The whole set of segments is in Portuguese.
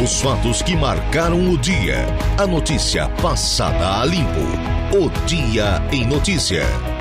Os fatos que marcaram o dia. A notícia passada a limpo. O Dia em Notícia.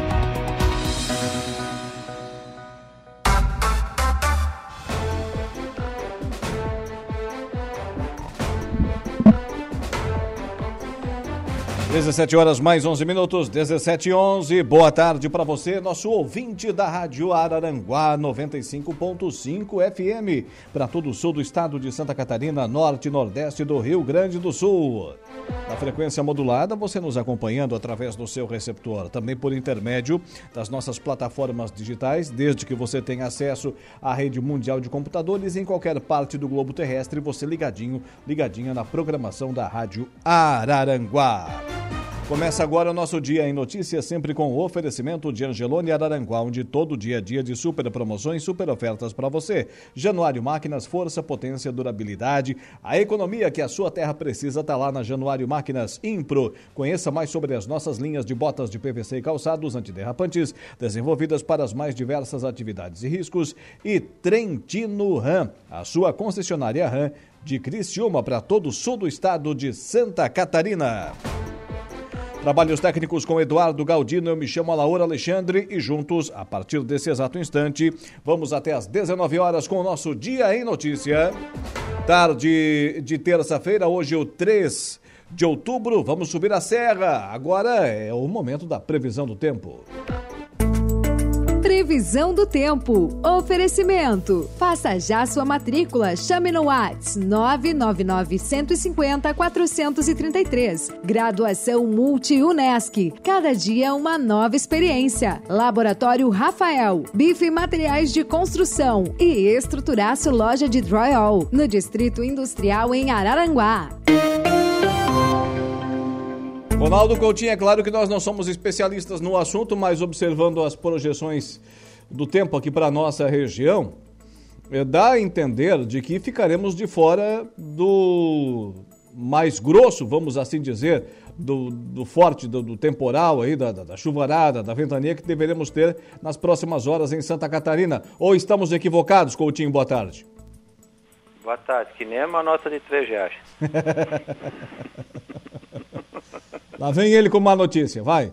Às 17h mais 11 minutos, 17h11. Boa tarde para você, nosso ouvinte da Rádio Araranguá 95.5 FM, para todo o sul do estado de Santa Catarina, norte e nordeste do Rio Grande do Sul. Na frequência modulada, você nos acompanhando através do seu receptor, também por intermédio das nossas plataformas digitais, desde que você tenha acesso à rede mundial de computadores em qualquer parte do globo terrestre, você ligadinha na programação da Rádio Araranguá. Começa agora o nosso Dia em Notícias, sempre com o oferecimento de Angelone Araranguá, onde todo dia é dia de super promoções, super ofertas para você. Januário Máquinas, força, potência, durabilidade. A economia que a sua terra precisa está lá na Januário Máquinas Impro. Conheça mais sobre as nossas linhas de botas de PVC e calçados antiderrapantes, desenvolvidas para as mais diversas atividades e riscos. E Trentino Ram, a sua concessionária Ram de Criciúma para todo o sul do estado de Santa Catarina. Trabalhos técnicos com Eduardo Galdino, eu me chamo Alaor Alexandre e juntos, a partir desse exato instante, vamos até às 19 horas com o nosso Dia em Notícia. Tarde de terça-feira, hoje o 3 de outubro, vamos subir a serra. Agora é o momento da previsão do tempo. Previsão do tempo. Oferecimento. Faça já sua matrícula. Chame no WhatsApp 999-150-433. Graduação Multi-UNESC. Cada dia uma nova experiência. Laboratório Rafael. Bife Materiais de Construção. E Estruturaço Loja de Drywall. No Distrito Industrial em Araranguá. Ronaldo Coutinho, é claro que nós não somos especialistas no assunto, mas observando as projeções do tempo aqui para a nossa região, dá a entender de que ficaremos de fora do mais grosso, vamos assim dizer, do forte, do temporal aí, da chuvarada, da ventania que deveremos ter nas próximas horas em Santa Catarina. Ou estamos equivocados, Coutinho? Boa tarde. Boa tarde, que nem uma nota de R$3. Lá vem ele com uma notícia, vai.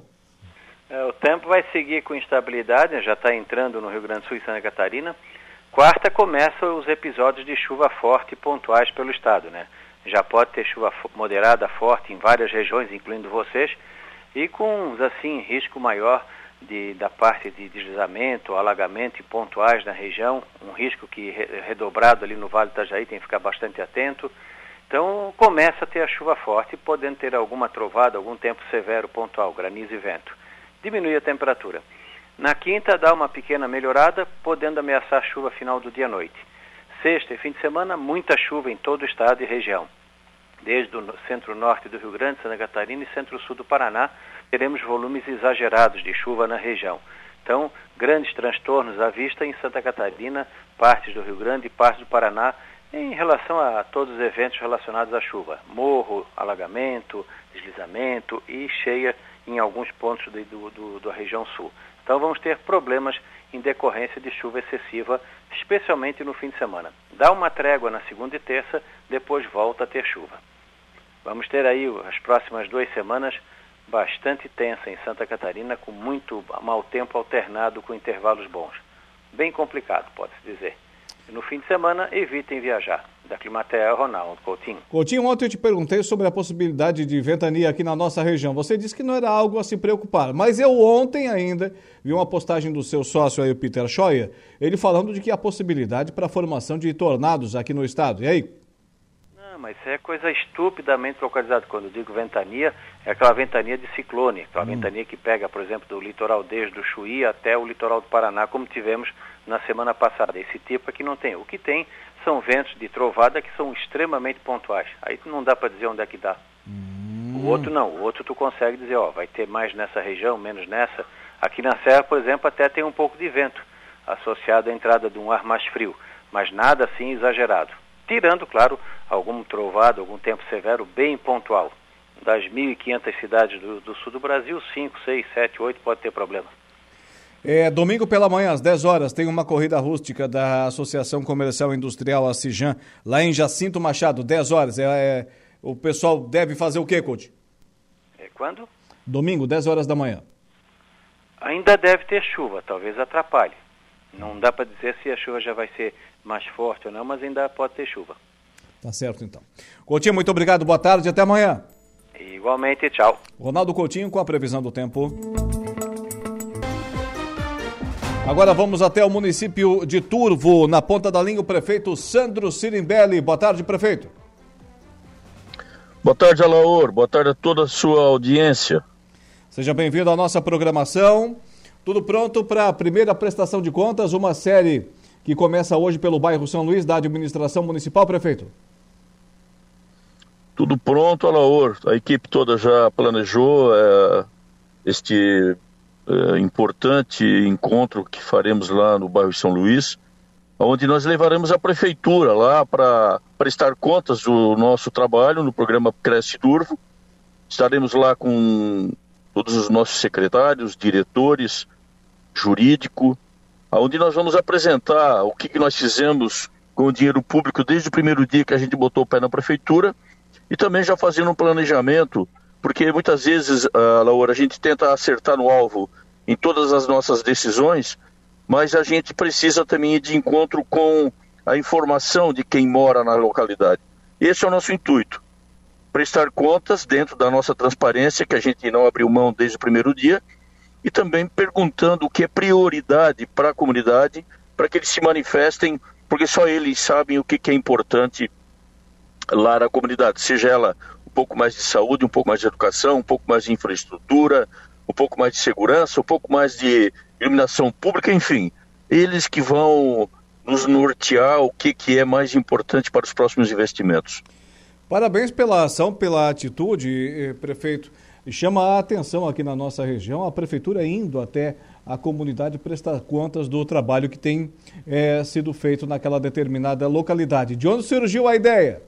O tempo vai seguir com instabilidade, já está entrando no Rio Grande do Sul e Santa Catarina. Quarta começam os episódios de chuva forte pontuais pelo estado, né? Já pode ter chuva moderada, forte em várias regiões, incluindo vocês, e com, assim, risco maior da parte de deslizamento, alagamento e pontuais na região, um risco que redobrado ali no Vale do Itajaí, tem que ficar bastante atento. Então, começa a ter a chuva forte, podendo ter alguma trovada, algum tempo severo, pontual, granizo e vento. Diminui a temperatura. Na quinta, dá uma pequena melhorada, podendo ameaçar chuva final do dia à noite. Sexta e fim de semana, muita chuva em todo o estado e região. Desde o centro-norte do Rio Grande, Santa Catarina e centro-sul do Paraná, teremos volumes exagerados de chuva na região. Então, grandes transtornos à vista em Santa Catarina, partes do Rio Grande e partes do Paraná, em relação a todos os eventos relacionados à chuva, morro, alagamento, deslizamento e cheia em alguns pontos da região sul. Então vamos ter problemas em decorrência de chuva excessiva, especialmente no fim de semana. Dá uma trégua na segunda e terça, depois volta a ter chuva. Vamos ter aí as próximas 2 semanas bastante tensa em Santa Catarina, com muito mau tempo alternado com intervalos bons. Bem complicado, pode-se dizer. No fim de semana, evitem viajar. Da Climatea, Ronaldo Coutinho. Coutinho, ontem eu te perguntei sobre a possibilidade de ventania aqui na nossa região. Você disse que não era algo a se preocupar, mas eu ontem ainda vi uma postagem do seu sócio aí, o Peter Scheuer, ele falando de que há possibilidade para a formação de tornados aqui no estado. E aí? Não, mas isso é coisa estupidamente localizada. Quando eu digo ventania, é aquela ventania de ciclone, aquela ventania que pega, por exemplo, do litoral desde o Chuí até o litoral do Paraná, como tivemos na semana passada. Esse tipo aqui não tem. O que tem são ventos de trovada que são extremamente pontuais. Aí não dá para dizer onde é que dá. O outro não. O outro tu consegue dizer, vai ter mais nessa região, menos nessa. Aqui na Serra, por exemplo, até tem um pouco de vento associado à entrada de um ar mais frio, mas nada assim exagerado. Tirando, claro, algum trovado, algum tempo severo bem pontual. Das 1.500 cidades do sul do Brasil, 5, 6, 7, 8 pode ter problema. Domingo pela manhã, às 10 horas, tem uma corrida rústica da Associação Comercial e Industrial Acijan, lá em Jacinto Machado, 10 horas. O pessoal deve fazer o quê, coach? Quando? Domingo, 10 horas da manhã. Ainda deve ter chuva, talvez atrapalhe. Não dá para dizer se a chuva já vai ser mais forte ou não, mas ainda pode ter chuva. Tá certo, então. Coutinho, muito obrigado, boa tarde, até amanhã. Igualmente, tchau. Ronaldo Coutinho com a previsão do tempo. Agora vamos até o município de Turvo, na ponta da linha, o prefeito Sandro Sirimbelli. Boa tarde, prefeito. Boa tarde, Alaor. Boa tarde a toda a sua audiência. Seja bem-vindo à nossa programação. Tudo pronto para a primeira prestação de contas, uma série que começa hoje pelo bairro São Luís, da administração municipal, prefeito? Tudo pronto, Alaor. A equipe toda já planejou este importante encontro que faremos lá no bairro São Luís, onde nós levaremos a prefeitura lá para prestar contas do nosso trabalho no programa Cresce Turvo. Estaremos lá com todos os nossos secretários, diretores, jurídico, onde nós vamos apresentar o que nós fizemos com o dinheiro público desde o primeiro dia que a gente botou o pé na prefeitura, e também já fazendo um planejamento, porque muitas vezes, Laura, a gente tenta acertar no alvo em todas as nossas decisões, mas a gente precisa também ir de encontro com a informação de quem mora na localidade. Esse é o nosso intuito, prestar contas dentro da nossa transparência, que a gente não abriu mão desde o primeiro dia, e também perguntando o que é prioridade para a comunidade, para que eles se manifestem, porque só eles sabem o que é importante lá na comunidade, seja ela um pouco mais de saúde, um pouco mais de educação, um pouco mais de infraestrutura, um pouco mais de segurança, um pouco mais de iluminação pública, enfim, eles que vão nos nortear o que é mais importante para os próximos investimentos. Parabéns pela ação, pela atitude, prefeito. Chama a atenção aqui na nossa região, a prefeitura indo até a comunidade prestar contas do trabalho que tem sido feito naquela determinada localidade. De onde surgiu a ideia?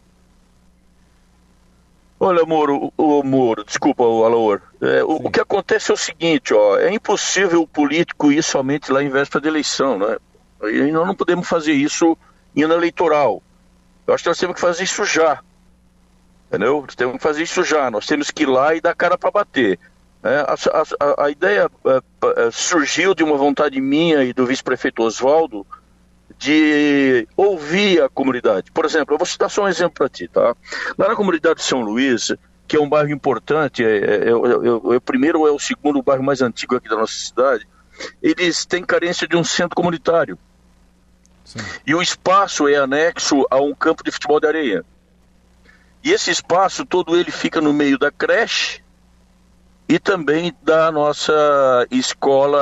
Olha, Moro, desculpa, Alaor. O que acontece é o seguinte, é impossível o político ir somente lá em véspera de eleição, né? E nós não podemos fazer isso em ano eleitoral. Eu acho que nós temos que fazer isso já. Entendeu? Nós temos que fazer isso já. Nós temos que ir lá e dar cara para bater. A ideia surgiu de uma vontade minha e do vice-prefeito Oswaldo de ouvir a comunidade. Por exemplo, eu vou citar só um exemplo para ti, tá? Lá na comunidade de São Luís, que é um bairro importante, primeiro é o segundo bairro mais antigo aqui da nossa cidade, eles têm carência de um centro comunitário. Sim. E o espaço é anexo a um campo de futebol de areia. E esse espaço todo ele fica no meio da creche e também da nossa escola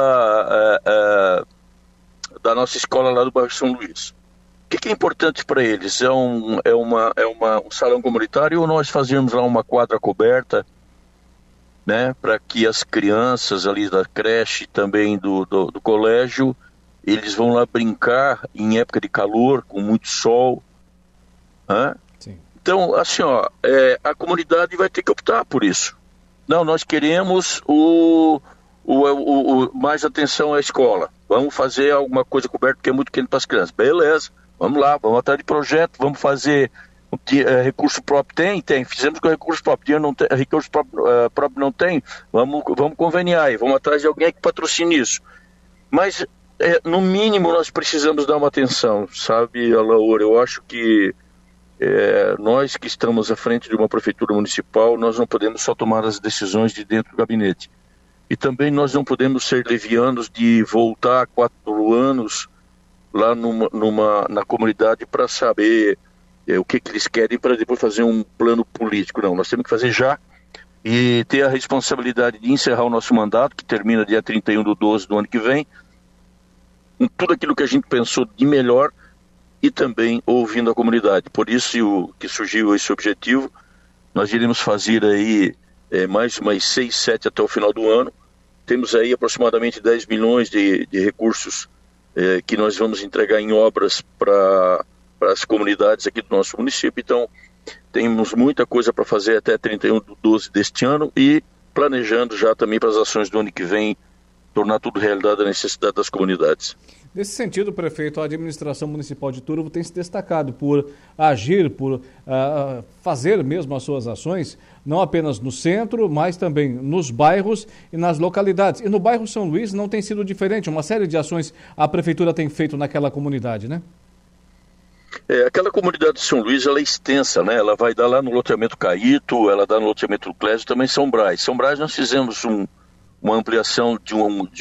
lá do bairro São Luís. O que é importante para eles? É um salão comunitário, ou nós fazemos lá uma quadra coberta, né, para que as crianças ali da creche, também do colégio, eles vão lá brincar em época de calor, com muito sol, né? Sim. Então, assim, a comunidade vai ter que optar por isso. Não, nós queremos mais atenção à escola. Vamos fazer alguma coisa coberta porque é muito quente para as crianças. Beleza, vamos lá, vamos atrás de projeto, vamos fazer recurso próprio. Tem. Fizemos com recurso próprio. Dinheiro não tem, recurso próprio não tem. Vamos conveniar aí, vamos atrás de alguém que patrocine isso. Mas, no mínimo, nós precisamos dar uma atenção, sabe, Alaor? Eu acho que nós que estamos à frente de uma prefeitura municipal, nós não podemos só tomar as decisões de dentro do gabinete. E também nós não podemos ser levianos de voltar 4 anos lá na comunidade para saber o que eles querem para depois fazer um plano político. Não, nós temos que fazer já e ter a responsabilidade de encerrar o nosso mandato, que termina dia 31/12 do ano que vem, com tudo aquilo que a gente pensou de melhor e também ouvindo a comunidade. Por isso que surgiu esse objetivo. Nós iremos fazer aí mais 6, 7 até o final do ano. Temos aí aproximadamente 10 milhões de recursos que nós vamos entregar em obras para as comunidades aqui do nosso município. Então, temos muita coisa para fazer até 31/12 deste ano e planejando já também para as ações do ano que vem tornar tudo realidade a necessidade das comunidades. Nesse sentido, prefeito, a administração municipal de Turvo tem se destacado por agir, por fazer mesmo as suas ações, não apenas no centro, mas também nos bairros e nas localidades. E no bairro São Luís não tem sido diferente, uma série de ações a prefeitura tem feito naquela comunidade, né? Aquela comunidade de São Luís, ela é extensa, né? Ela vai dar lá no loteamento Caíto, ela dá no loteamento Clésio, também São Brás. São Brás nós fizemos uma ampliação de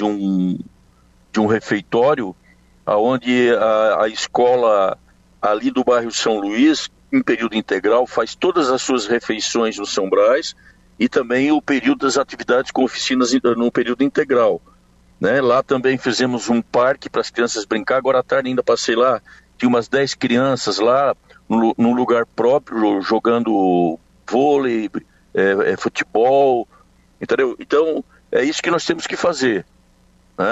um refeitório, onde a escola ali do bairro São Luís, em período integral, faz todas as suas refeições no São Brás e também o período das atividades com oficinas no período integral, né? Lá também fizemos um parque para as crianças brincar. Agora à tarde ainda passei lá, tinha umas 10 crianças lá no lugar próprio, jogando vôlei, futebol, entendeu? Então, é isso que nós temos que fazer, né?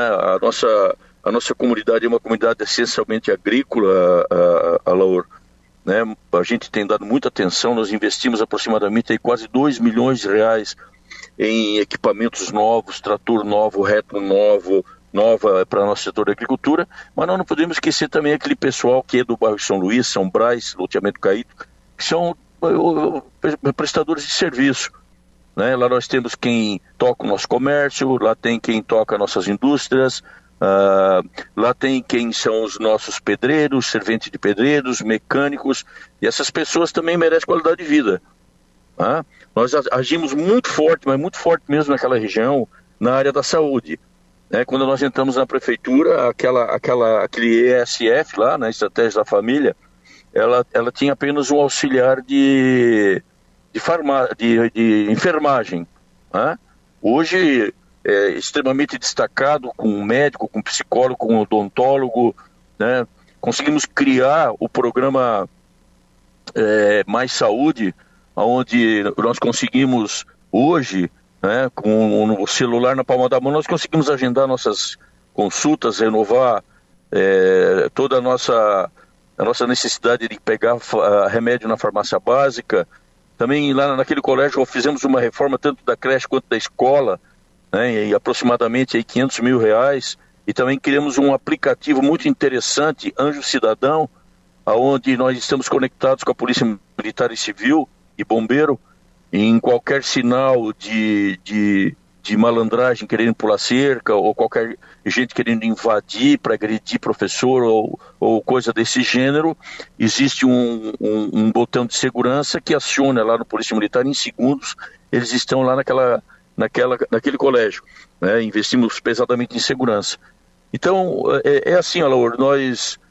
A nossa comunidade é uma comunidade essencialmente agrícola, Alaor, né? A gente tem dado muita atenção, nós investimos aproximadamente aí quase R$2 milhões em equipamentos novos, trator novo, reto nova para o nosso setor da agricultura, mas nós não podemos esquecer também aquele pessoal que é do bairro São Luís, São Brás, loteamento Caíto, que são prestadores de serviço, né? Lá nós temos quem toca o nosso comércio, lá tem quem toca nossas indústrias, lá tem quem são os nossos pedreiros, serventes de pedreiros, mecânicos, e essas pessoas também merecem qualidade de vida. Nós agimos muito forte, mas muito forte mesmo naquela região, na área da saúde. Quando nós entramos na prefeitura, aquele ESF lá, na Estratégia da Família, ela tinha apenas um auxiliar de enfermagem. Hoje é extremamente destacado, com um médico, com um psicólogo, com um odontólogo, né? Conseguimos criar o programa Mais Saúde, onde nós conseguimos hoje, né, com o celular na palma da mão, nós conseguimos agendar nossas consultas, renovar toda a nossa necessidade de pegar remédio na farmácia básica. Também lá naquele colégio fizemos uma reforma tanto da creche quanto da escola, né, e aproximadamente aí R$500 mil, e também criamos um aplicativo muito interessante, Anjo Cidadão, onde nós estamos conectados com a Polícia Militar e Civil e Bombeiro, e em qualquer sinal de malandragem querendo pular cerca, ou qualquer gente querendo invadir para agredir professor ou coisa desse gênero, existe um botão de segurança que aciona lá no Polícia Militar, em segundos eles estão lá naquele colégio, né? Investimos pesadamente em segurança. Então, é assim, Alaor, nós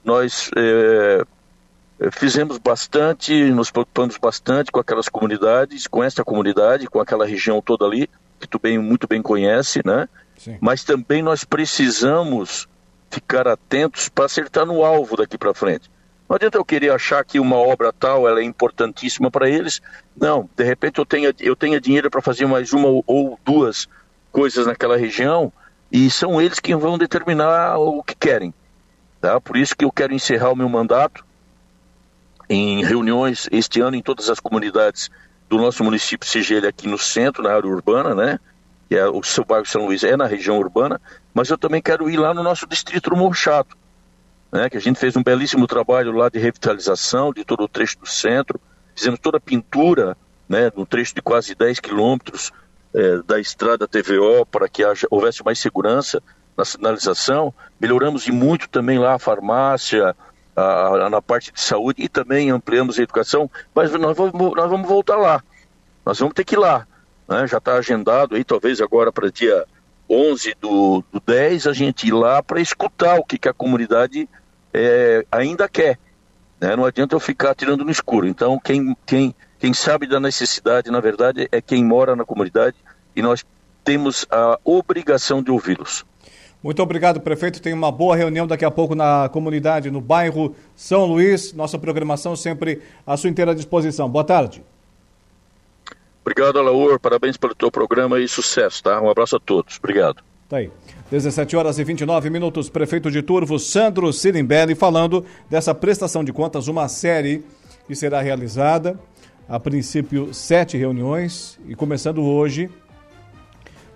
fizemos bastante, nos preocupamos bastante com aquelas comunidades, com esta comunidade, com aquela região toda ali, que tu muito bem conhece, né? Sim. Mas também nós precisamos ficar atentos para acertar no alvo daqui para frente. Não adianta eu querer achar que uma obra tal ela é importantíssima para eles. Não, de repente eu tenha dinheiro para fazer mais uma ou duas coisas naquela região, e são eles que vão determinar o que querem, tá? Por isso que eu quero encerrar o meu mandato em reuniões este ano em todas as comunidades do nosso município, seja ele aqui no centro, na área urbana, né? Que é o seu bairro São Luís, na região urbana, mas eu também quero ir lá no nosso distrito do Morro Chato, né? Que a gente fez um belíssimo trabalho lá de revitalização de todo o trecho do centro, fizemos toda a pintura, né, no trecho de quase 10 quilômetros da estrada TVO, para que houvesse mais segurança na sinalização. Melhoramos e muito também lá a farmácia, na parte de saúde, e também ampliamos a educação, mas nós vamos voltar lá, nós vamos ter que ir lá, né? Já está agendado aí, talvez agora para dia 11 do 10, a gente ir lá para escutar o que a comunidade ainda quer, né? Não adianta eu ficar tirando no escuro. Então quem sabe da necessidade, na verdade, é quem mora na comunidade, e nós temos a obrigação de ouvi-los. Muito obrigado, prefeito. Tem uma boa reunião daqui a pouco na comunidade, no bairro São Luís. Nossa programação sempre à sua inteira disposição. Boa tarde. Obrigado, Alaor. Parabéns pelo teu programa e sucesso, tá? Um abraço a todos. Obrigado. Tá aí. 17h29. Prefeito de Turvo, Sandro Sirimbelli, falando dessa prestação de contas, uma série que será realizada, a princípio 7 reuniões, e começando hoje,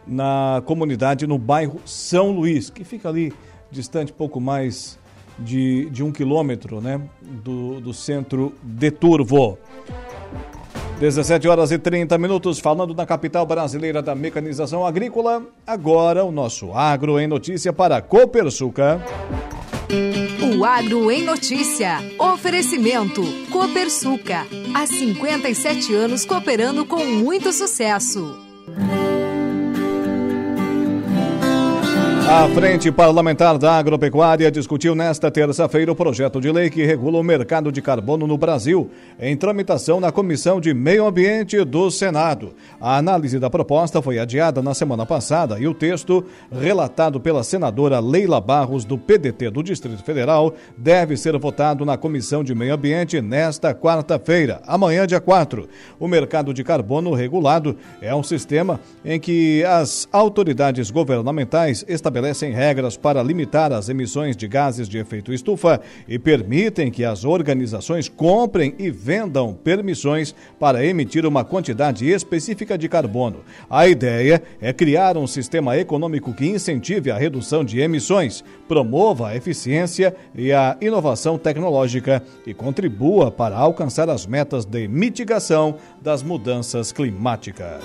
na comunidade, no bairro São Luís, que fica ali distante pouco mais de 1 quilômetro, né, do centro de Turvo. 17h30, falando na capital brasileira da mecanização agrícola. Agora o nosso Agro em Notícia para Copersucar. O Agro em Notícia. Oferecimento Copersucar. Há 57 anos cooperando com muito sucesso. A Frente Parlamentar da Agropecuária discutiu nesta terça-feira o projeto de lei que regula o mercado de carbono no Brasil, em tramitação na Comissão de Meio Ambiente do Senado. A análise da proposta foi adiada na semana passada e o texto, relatado pela senadora Leila Barros, do PDT do Distrito Federal, deve ser votado na Comissão de Meio Ambiente nesta quarta-feira, amanhã, dia 4. O mercado de carbono regulado é um sistema em que as autoridades governamentais estabelecem regras para limitar as emissões de gases de efeito estufa e permitem que as organizações comprem e vendam permissões para emitir uma quantidade específica de carbono. A ideia é criar um sistema econômico que incentive a redução de emissões, promova a eficiência e a inovação tecnológica e contribua para alcançar as metas de mitigação das mudanças climáticas.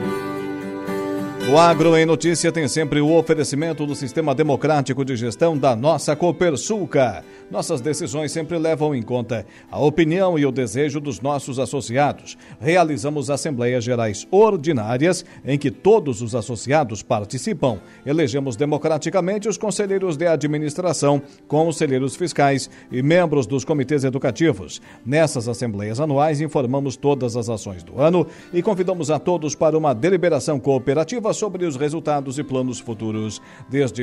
O Agro em Notícia tem sempre o oferecimento do Sistema Democrático de Gestão da nossa Copersucar. Nossas decisões sempre levam em conta a opinião e o desejo dos nossos associados. Realizamos assembleias gerais ordinárias em que todos os associados participam. Elegemos democraticamente os conselheiros de administração, conselheiros fiscais e membros dos comitês educativos. Nessas assembleias anuais informamos todas as ações do ano e convidamos a todos para uma deliberação cooperativa sobre os resultados e planos futuros. Desde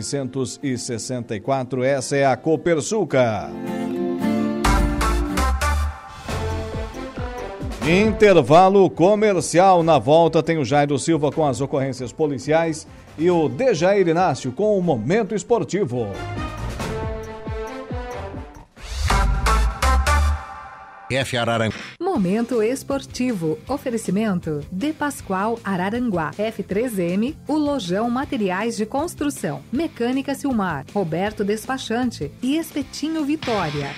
1964, essa é a Copersucar. Intervalo comercial. Na volta tem o Jairo Silva com as ocorrências policiais e o Dejair Inácio com o Momento Esportivo. F Araranguá. Momento Esportivo. Oferecimento De Pascoal Araranguá. F3M, o Lojão Materiais de Construção. Mecânica Silmar, Roberto Despachante e Espetinho Vitória.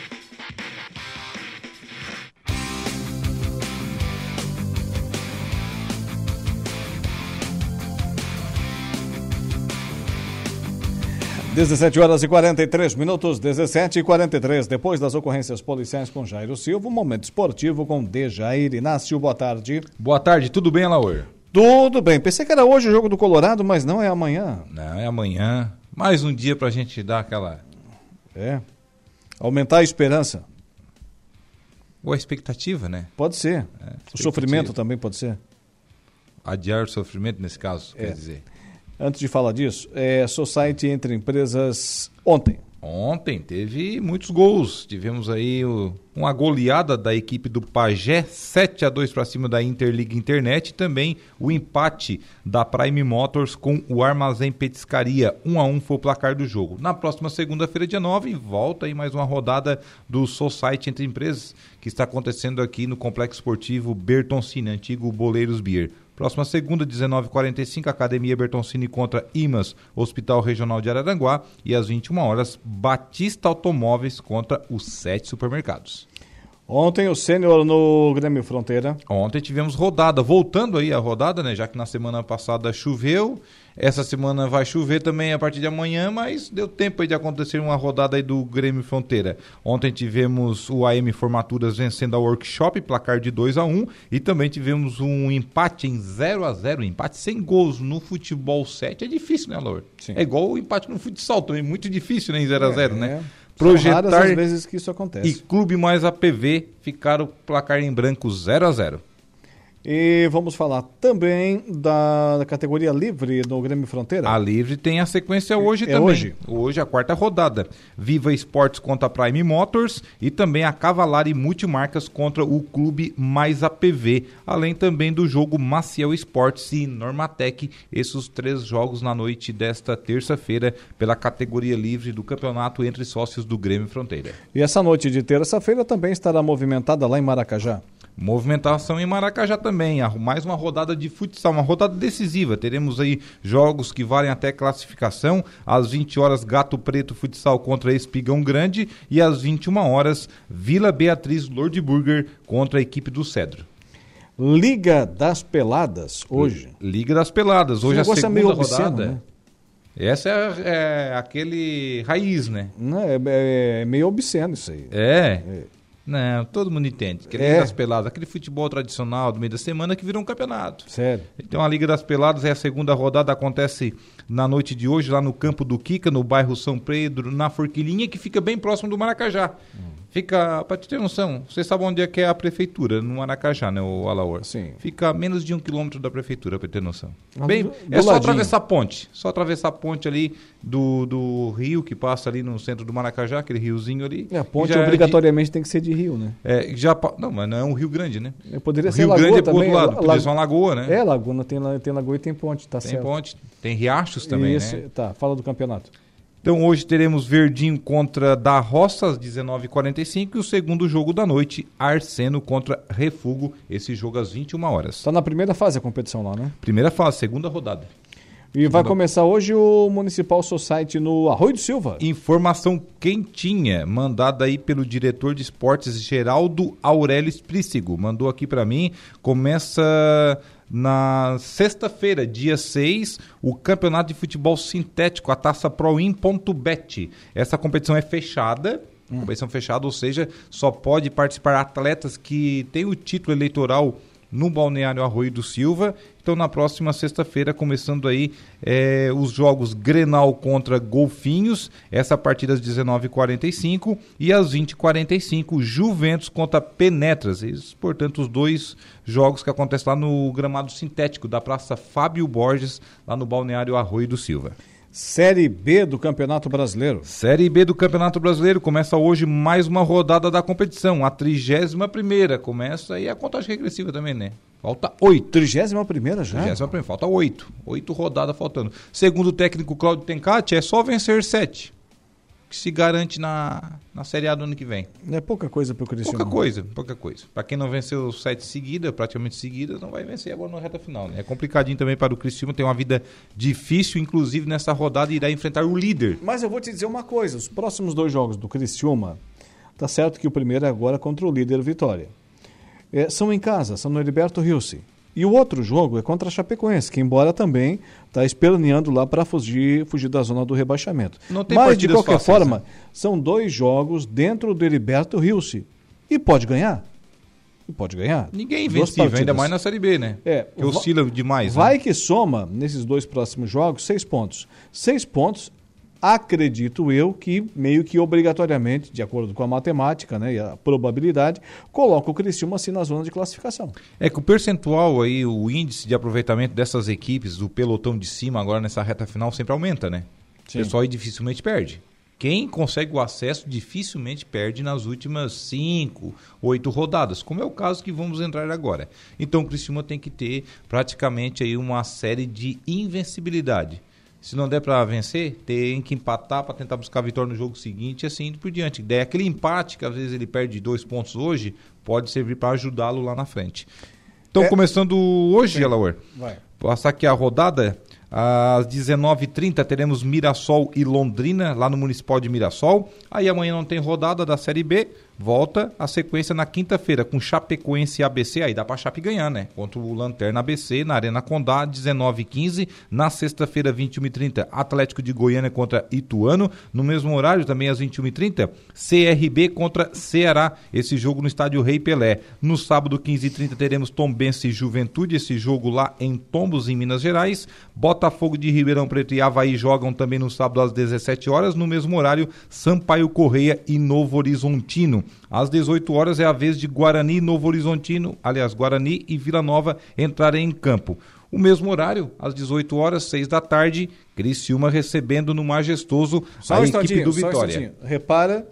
Dezessete horas e 43 minutos, 17h43. Depois das ocorrências policiais com Jairo Silva, um Momento Esportivo com Dejair Inácio. Boa tarde. Boa tarde, tudo bem, Alaor? Tudo bem. Pensei que era hoje o jogo do Colorado, mas não, é amanhã. Não, é amanhã. Mais um dia pra gente dar aquela... aumentar a esperança. Ou a expectativa, né? Pode ser. O sofrimento também pode ser. Adiar o sofrimento nesse caso, quer dizer. Antes de falar disso, Society entre empresas ontem. Ontem teve muitos gols. Tivemos aí uma goleada da equipe do Pajé, 7-2 para cima da Interliga Internet. E também o empate da Prime Motors com o Armazém Petiscaria. 1-1 foi o placar do jogo. Na próxima segunda-feira, dia 9, volta aí mais uma rodada do Society entre empresas que está acontecendo aqui no Complexo Esportivo Bertoncini, antigo Boleiros Beer. Próxima segunda, 19h45, Academia Bertoncini contra IMAS, Hospital Regional de Araranguá. E às 21 horas, Batista Automóveis contra os 7 supermercados. Ontem o Sênior no Grêmio Fronteira. Ontem tivemos rodada, voltando aí a rodada, né? Já que na semana passada choveu, essa semana vai chover também a partir de amanhã, mas deu tempo aí de acontecer uma rodada aí do Grêmio Fronteira. Ontem tivemos o AM Formaturas vencendo a Workshop, placar de 2-1, e também tivemos um empate em 0-0, empate sem gols no futebol 7. É difícil, né, Laura? Sim. É igual o empate no futsal também, muito difícil, né, em 0-0, né? Projetar... São raras as vezes que isso acontece. E Clube mais APV ficaram placar em branco 0-0. E vamos falar também da categoria livre no Grêmio Fronteira. A livre tem a sequência hoje também. Hoje a quarta rodada. Viva Esportes contra a Prime Motors e também a Cavalari Multimarcas contra o Clube mais APV. Além também do jogo Maciel Esportes e Normatec. Esses 3 jogos na noite desta terça-feira pela categoria livre do campeonato entre sócios do Grêmio Fronteira. E essa noite de terça-feira também estará movimentada lá em Maracajá. Movimentação em Maracajá também, mais uma rodada de futsal, uma rodada decisiva. Teremos aí jogos que valem até classificação. Às 20 horas, Gato Preto Futsal contra Espigão Grande. E às 21 horas, Vila Beatriz Lordburger contra a equipe do Cedro. Liga das Peladas, hoje. Liga das Peladas, hoje a segunda meio rodada. obsceno, né? Essa é aquele raiz, né? Não, é meio obsceno isso aí. Não, todo mundo entende. Que a Liga das Peladas, aquele futebol tradicional do meio da semana que virou um campeonato. Sério. Então a Liga das Peladas é a segunda rodada, acontece na noite de hoje, lá no campo do Kika, no bairro São Pedro, na Forquilinha, que fica bem próximo do Maracajá. Fica, pra te ter noção, você sabe onde é que é a prefeitura, no Maracajá, né, o Alaor? Sim. Fica a menos de 1 quilômetro da prefeitura, pra ter noção. Mas Bem, do só ladinho. atravessar a ponte. Só atravessar a ponte ali do rio, que passa ali no centro do Maracajá, aquele riozinho ali. A ponte obrigatoriamente tem que ser de rio, né? Não, mas não é um rio grande, né? Poderia o ser Rio lagoa Grande é também. pro outro lado, podia ser uma lagoa, né? Laguna tem lagoa e tem ponte, tá certo. Tem ponte, tem riachos também, Isso, né? Tá, fala do campeonato. Então hoje teremos Verdinho contra Da Roça às 19h45 e o segundo jogo da noite, Arseno contra Refugo, esse jogo às 21 horas. Está na primeira fase a competição lá, né? Primeira fase, segunda rodada. E vai começar hoje o Municipal Society no Arroio do Silva. Informação quentinha, mandada aí pelo diretor de esportes Geraldo Aurélio Explícigo. Mandou aqui para mim, começa na sexta-feira, dia 6, o campeonato de futebol sintético, a Taça Proin.bet. Essa competição é fechada, competição fechada, ou seja, só pode participar atletas que têm o título eleitoral no Balneário Arroio do Silva. Então, na próxima sexta-feira, começando aí os jogos Grenal contra Golfinhos, essa partida às 19h45 e às 20h45, Juventus contra Penetras. Esses, portanto, os dois jogos que acontecem lá no gramado sintético da Praça Fábio Borges, lá no Balneário Arroio do Silva. Série B do Campeonato Brasileiro. Série B do Campeonato Brasileiro, começa hoje mais uma rodada da competição, a 31ª, começa aí a contagem regressiva também, né? Falta 8. 31ª já? 31ª, falta 8. 8 rodadas faltando. Segundo o técnico Cláudio Tencati, é só vencer 7, que se garante na Série A do ano que vem. É pouca coisa pro Criciúma. Pouca coisa. Para quem não venceu 7 seguidas, praticamente seguidas, não vai vencer agora na reta final, né? É complicadinho também para o Criciúma, tem uma vida difícil, inclusive nessa rodada irá enfrentar o líder. Mas eu vou te dizer uma coisa, os próximos 2 jogos do Criciúma, tá certo que o primeiro é agora contra o líder Vitória. São em casa, são no Heriberto Rilse. E o outro jogo é contra a Chapecoense, que embora também está esperneando lá para fugir da zona do rebaixamento. Não tem Mas, de qualquer fáceis, forma, né? são 2 jogos dentro do Heriberto Rilse. E pode ganhar. Ninguém é invencível, ainda mais na Série B, né? Que oscila demais. Vai, né? que soma, nesses 2 próximos jogos, 6 pontos. 6 pontos, acredito eu, que meio que obrigatoriamente, de acordo com a matemática, né, e a probabilidade, coloca o Criciúma assim na zona de classificação. É que o percentual aí, o índice de aproveitamento dessas equipes, do pelotão de cima agora nessa reta final sempre aumenta, né? Sim. O pessoal aí dificilmente perde. Quem consegue o acesso dificilmente perde nas últimas 5, 8 rodadas, como é o caso que vamos entrar agora. Então o Criciúma tem que ter praticamente aí uma série de invencibilidade. Se não der para vencer, tem que empatar para tentar buscar a vitória no jogo seguinte e assim indo por diante. Daí aquele empate, que às vezes ele perde 2 pontos hoje, pode servir para ajudá-lo lá na frente. Então, começando hoje, Alaor, passar aqui a rodada, às 19h30 teremos Mirassol e Londrina, lá no Municipal de Mirassol. Aí amanhã não tem rodada da Série B, volta a sequência na quinta-feira com Chapecoense e ABC, aí dá pra Chape ganhar, né? Contra o Lanterna ABC, na Arena Condá, 19h15. Na sexta-feira, 21h30, Atlético de Goiânia contra Ituano. No mesmo horário, também às 21h30, CRB contra Ceará, esse jogo no Estádio Rei Pelé. No sábado, 15h30, teremos Tombense e Juventude, esse jogo lá em Tombos, em Minas Gerais. Botafogo de Ribeirão Preto e Avaí jogam também no sábado às 17 horas. No mesmo horário, Sampaio Correia e Novo Horizontino. Às 18 horas é a vez de Guarani e Novo Horizontino, aliás, Guarani e Vila Nova entrarem em campo. O mesmo horário, às 18 horas, 6 da tarde, Criciúma recebendo no Majestoso a equipe do Vitória. Repara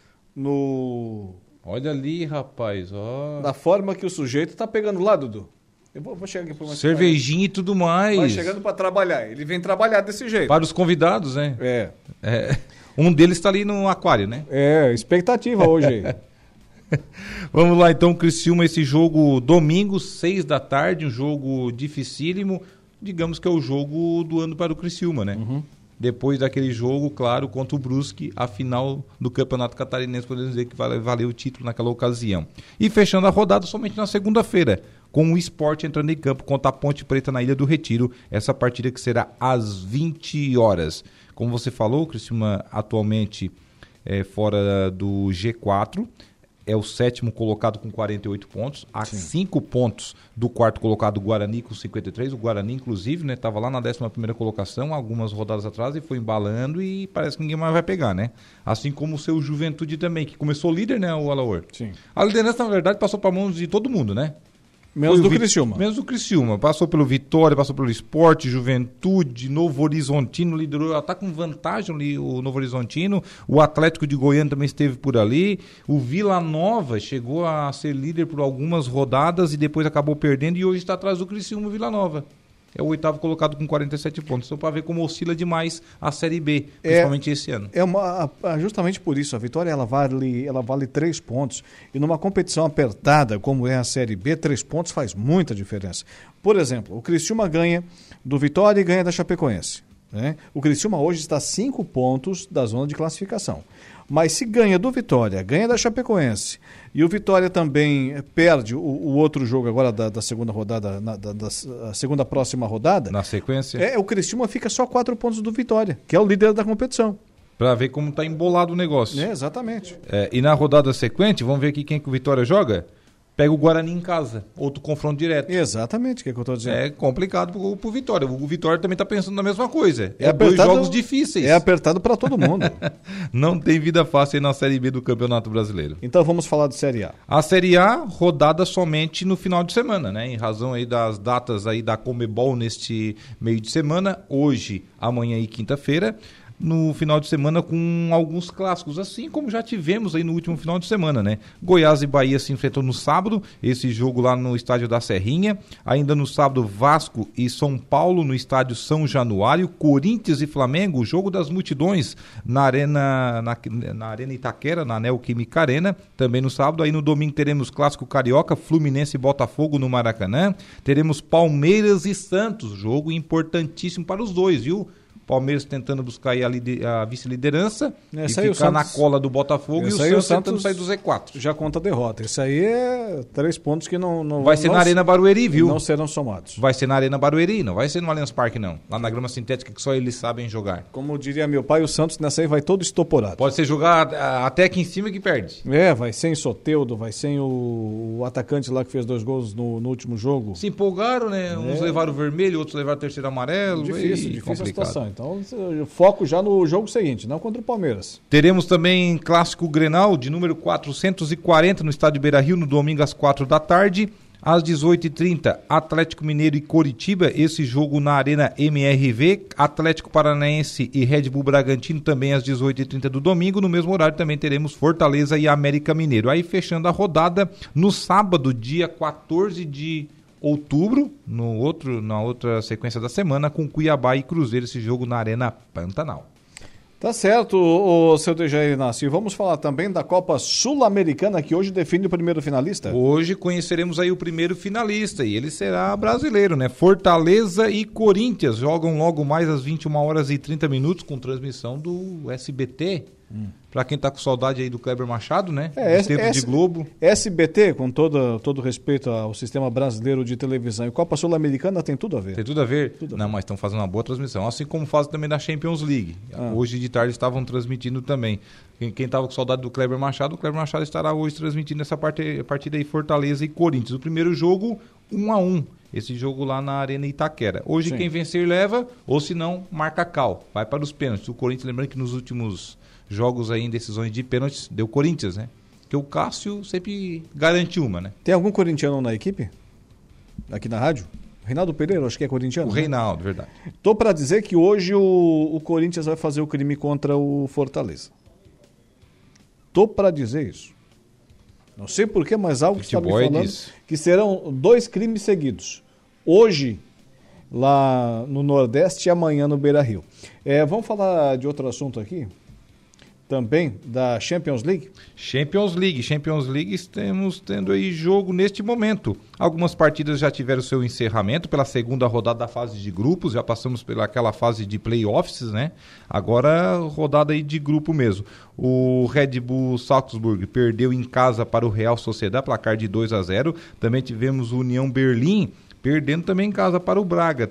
no... Olha ali, rapaz, ó. Da forma que o sujeito está pegando lá, Dudu. Eu vou chegar aqui por uma cervejinha e tudo mais. Vai chegando para trabalhar. Ele vem trabalhar desse jeito. Para os convidados, né? Um deles está ali no aquário, né? Expectativa hoje aí. Vamos lá então, Criciúma, esse jogo domingo, 6 da tarde, um jogo dificílimo, digamos que é o jogo do ano para o Criciúma, né? Depois daquele jogo, claro, contra o Brusque, a final do Campeonato Catarinense, podemos dizer que valeu o título naquela ocasião. E fechando a rodada somente na segunda-feira, com o Sport entrando em campo contra a Ponte Preta na Ilha do Retiro, essa partida que será às 20 horas. Como você falou, o Criciúma atualmente é fora do G4, é o 7º colocado com 48 pontos, a 5 pontos do 4º colocado, o Guarani, com 53. O Guarani, inclusive, né, estava lá na 11ª colocação, algumas rodadas atrás, e foi embalando e parece que ninguém mais vai pegar, né? Assim como o seu Juventude também, que começou líder, né, o Alaor? Sim. A liderança, na verdade, passou para mãos de todo mundo, né? Menos do Criciúma. Menos do Criciúma. Passou pelo Vitória, passou pelo Sport, Juventude, Novo Horizontino, liderou, está com vantagem ali o Novo Horizontino. O Atlético de Goiânia também esteve por ali. O Vila Nova chegou a ser líder por algumas rodadas e depois acabou perdendo e hoje está atrás do Criciúma, Vila Nova. É o 8º colocado com 47 pontos. Então, para ver como oscila demais a Série B, principalmente esse ano. Justamente por isso, a vitória ela vale 3 pontos. E numa competição apertada como é a Série B, 3 pontos faz muita diferença. Por exemplo, o Criciúma ganha do Vitória e ganha da Chapecoense, né? O Criciúma hoje está a 5 pontos da zona de classificação. Mas se ganha do Vitória, ganha da Chapecoense, e o Vitória também perde o outro jogo agora da segunda rodada, da segunda próxima rodada. Na sequência? O Criciúma fica só 4 pontos do Vitória, que é o líder da competição. Para ver como está embolado o negócio. Exatamente. E na rodada sequente, vamos ver aqui quem que o Vitória joga? Pega o Guarani em casa, outro confronto direto. Exatamente, o que eu estou dizendo. É complicado pro Vitória. O Vitória também está pensando na mesma coisa. É apertado, 2 jogos difíceis. É apertado para todo mundo. Não tem vida fácil aí na Série B do Campeonato Brasileiro. Então vamos falar de Série A. A Série A, rodada somente no final de semana, né? Em razão aí das datas aí da Conmebol neste meio de semana, hoje, amanhã e quinta-feira. No final de semana com alguns clássicos, assim como já tivemos aí no último final de semana, né? Goiás e Bahia se enfrentam no sábado, esse jogo lá no estádio da Serrinha. Ainda no sábado, Vasco e São Paulo no estádio São Januário. Corinthians e Flamengo, o jogo das multidões na Arena Itaquera, na Neoquímica Arena, também no sábado. Aí no domingo teremos clássico carioca, Fluminense e Botafogo no Maracanã. Teremos Palmeiras e Santos, jogo importantíssimo para os dois, viu? Palmeiras tentando buscar aí a vice-liderança e ficar na cola do Botafogo, e o Santos tentando sair do Z4. Já conta a derrota. Isso aí é 3 pontos que não vai ser na Arena Barueri, viu? Não serão somados. Vai ser na Arena Barueri, não vai ser no Allianz Parque, não. Lá na grama sintética que só eles sabem jogar. Como diria meu pai, o Santos nessa aí vai todo estoporado. Pode ser jogar até aqui em cima que perde. Vai sem Soteldo, vai sem o atacante lá que fez 2 gols no último jogo. Se empolgaram, né? Uns levaram o vermelho, outros levaram o terceiro amarelo. Difícil a situação. Então, foco já no jogo seguinte, não contra o Palmeiras. Teremos também clássico Grenal de número 440 no estádio Beira-Rio no domingo às 4 da tarde. Às 18h30, Atlético Mineiro e Coritiba, esse jogo na Arena MRV. Atlético Paranaense e Red Bull Bragantino também às 18h30 do domingo. No mesmo horário também teremos Fortaleza e América Mineiro. Aí fechando a rodada, no sábado, dia 14 de outubro, na outra sequência da semana, com Cuiabá e Cruzeiro, esse jogo na Arena Pantanal. Tá certo, o seu Dejair Inácio. Vamos falar também da Copa Sul-Americana, que hoje define o primeiro finalista. Hoje conheceremos aí o primeiro finalista, e ele será brasileiro, né? Fortaleza e Corinthians jogam logo mais às 21h30, com transmissão do SBT. Pra quem tá com saudade aí do Kleber Machado, né? Tempo de Globo. SBT, com todo respeito ao sistema brasileiro de televisão, e Copa Sul-Americana tem tudo a ver. Tem tudo a ver? Não, mas estão fazendo uma boa transmissão. Assim como fazem também da Champions League. Hoje de tarde estavam transmitindo também. Quem tava com saudade do Kleber Machado, o Kleber Machado estará hoje transmitindo essa partida aí, Fortaleza e Corinthians. O primeiro jogo, 1-1. Esse jogo lá na Arena Itaquera. Hoje quem vencer leva, ou se não, marca cal. Vai para os pênaltis. O Corinthians, lembrando que nos últimos jogos aí em decisões de pênaltis, deu Corinthians, né? Porque o Cássio sempre garante uma, né? Tem algum corintiano na equipe? Aqui na rádio? Reinaldo Pereira, acho que é corintiano. O Reinaldo, verdade. Tô para dizer que hoje o Corinthians vai fazer o crime contra o Fortaleza. Tô para dizer isso. Não sei porquê, mas algo que está me falando que serão 2 crimes seguidos. Hoje, lá no Nordeste, e amanhã no Beira-Rio. Vamos falar de outro assunto aqui? também da Champions League? Champions League, estamos tendo aí jogo neste momento. Algumas partidas já tiveram seu encerramento pela segunda rodada da fase de grupos, já passamos pelaquela fase de playoffs, né? Agora rodada aí de grupo mesmo. O Red Bull Salzburg perdeu em casa para o Real Sociedad, placar de 2-0. Também tivemos o União Berlim perdendo também em casa para o Braga,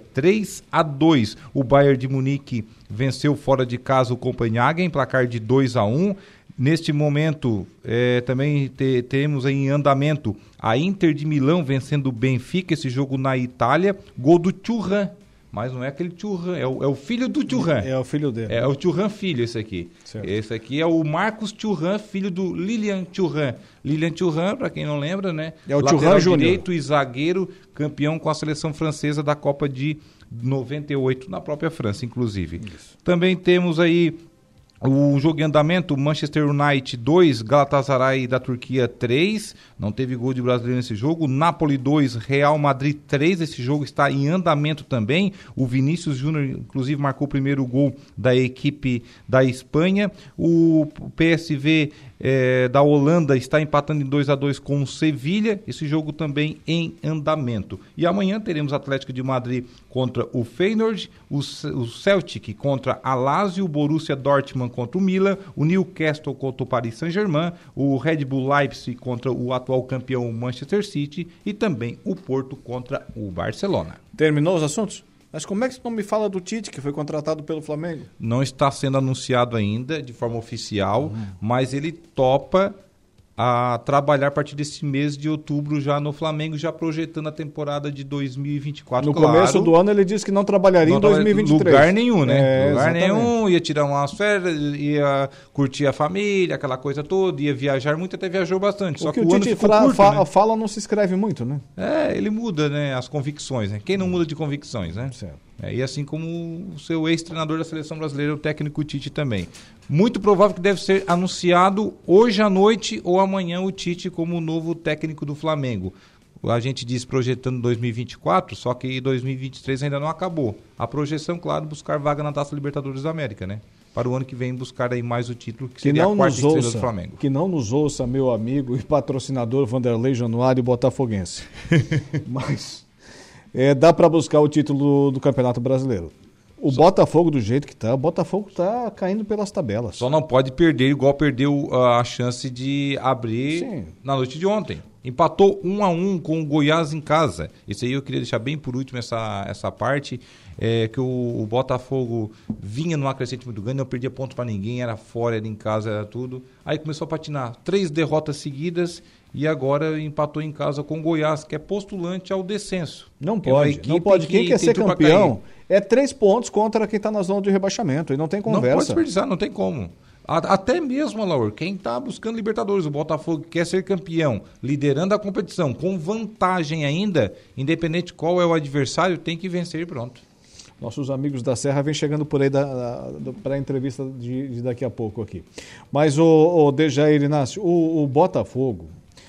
3-2. O Bayern de Munique venceu fora de casa o Copenhagen, placar de 2-1. Neste momento, também temos em andamento a Inter de Milão vencendo o Benfica, esse jogo na Itália, gol do Thuram. Mas não é aquele Thuram, é o filho do Thuram. É o filho dele. É o Thuram filho, esse aqui. Certo. Esse aqui é o Marcos Thuram, filho do Lilian Thuram. Lilian Thuram, para quem não lembra, né? É o Thuram Júnior. Direito e zagueiro, campeão com a seleção francesa da Copa de 98, na própria França, inclusive. Isso. Também temos aí o jogo em andamento, Manchester United 2, Galatasaray da Turquia 3, não teve gol de brasileiro nesse jogo. Napoli 2, Real Madrid 3, esse jogo está em andamento também. O Vinícius Júnior, inclusive, marcou o primeiro gol da equipe da Espanha. O PSV da Holanda está empatando em 2-2 com o Sevilha, esse jogo também em andamento. E amanhã teremos Atlético de Madrid contra o Feyenoord, o Celtic contra a Lazio, o Borussia Dortmund contra o Milan, o Newcastle contra o Paris Saint-Germain, o Red Bull Leipzig contra o atual campeão Manchester City e também o Porto contra o Barcelona. Terminou os assuntos? Mas como é que você não me fala do Tite, que foi contratado pelo Flamengo? Não está sendo anunciado ainda de forma oficial, mas ele topa a trabalhar a partir desse mês de outubro já no Flamengo, já projetando a temporada de 2024. No começo do ano ele disse que não trabalharia em 2023. Lugar nenhum, né? Lugar nenhum, ia tirar umas férias, ia curtir a família, aquela coisa toda, ia viajar muito, até viajou bastante. Só que o ano ficou curto, né? Fala não se escreve muito, né? Ele muda, né, as convicções, né? Quem não muda de convicções, né? Certo. E assim como o seu ex-treinador da Seleção Brasileira, o técnico Tite também. Muito provável que deve ser anunciado hoje à noite ou amanhã o Tite como o novo técnico do Flamengo. A gente diz projetando 2024, só que 2023 ainda não acabou. A projeção, claro, buscar vaga na Taça Libertadores da América, né? Para o ano que vem buscar aí mais o título, que seria a quarta estrela do Flamengo. Que não nos ouça, meu amigo e patrocinador Vanderlei Januário Botafoguense. Mas dá para buscar o título do Campeonato Brasileiro. Botafogo, do jeito que está, o Botafogo está caindo pelas tabelas. Só não pode perder, igual perdeu a chance de abrir na noite de ontem. Empatou 1-1 com o Goiás em casa. Esse aí eu queria deixar bem por último essa parte, que o Botafogo vinha numa crescente muito grande, não perdia pontos para ninguém, era fora, era em casa, era tudo. Aí começou a patinar, 3 derrotas seguidas e agora empatou em casa com o Goiás, que é postulante ao descenso. Não pode, não pode. Quem quer ser campeão é 3 pontos contra quem está na zona de rebaixamento, e não tem conversa. Não pode desperdiçar, não tem como. Até mesmo, Alaor, quem está buscando Libertadores, o Botafogo quer ser campeão, liderando a competição, com vantagem ainda, independente de qual é o adversário, tem que vencer e pronto. Nossos amigos da Serra vêm chegando por aí para a entrevista de daqui a pouco aqui. Mas, o Dejair Inácio, o Botafogo,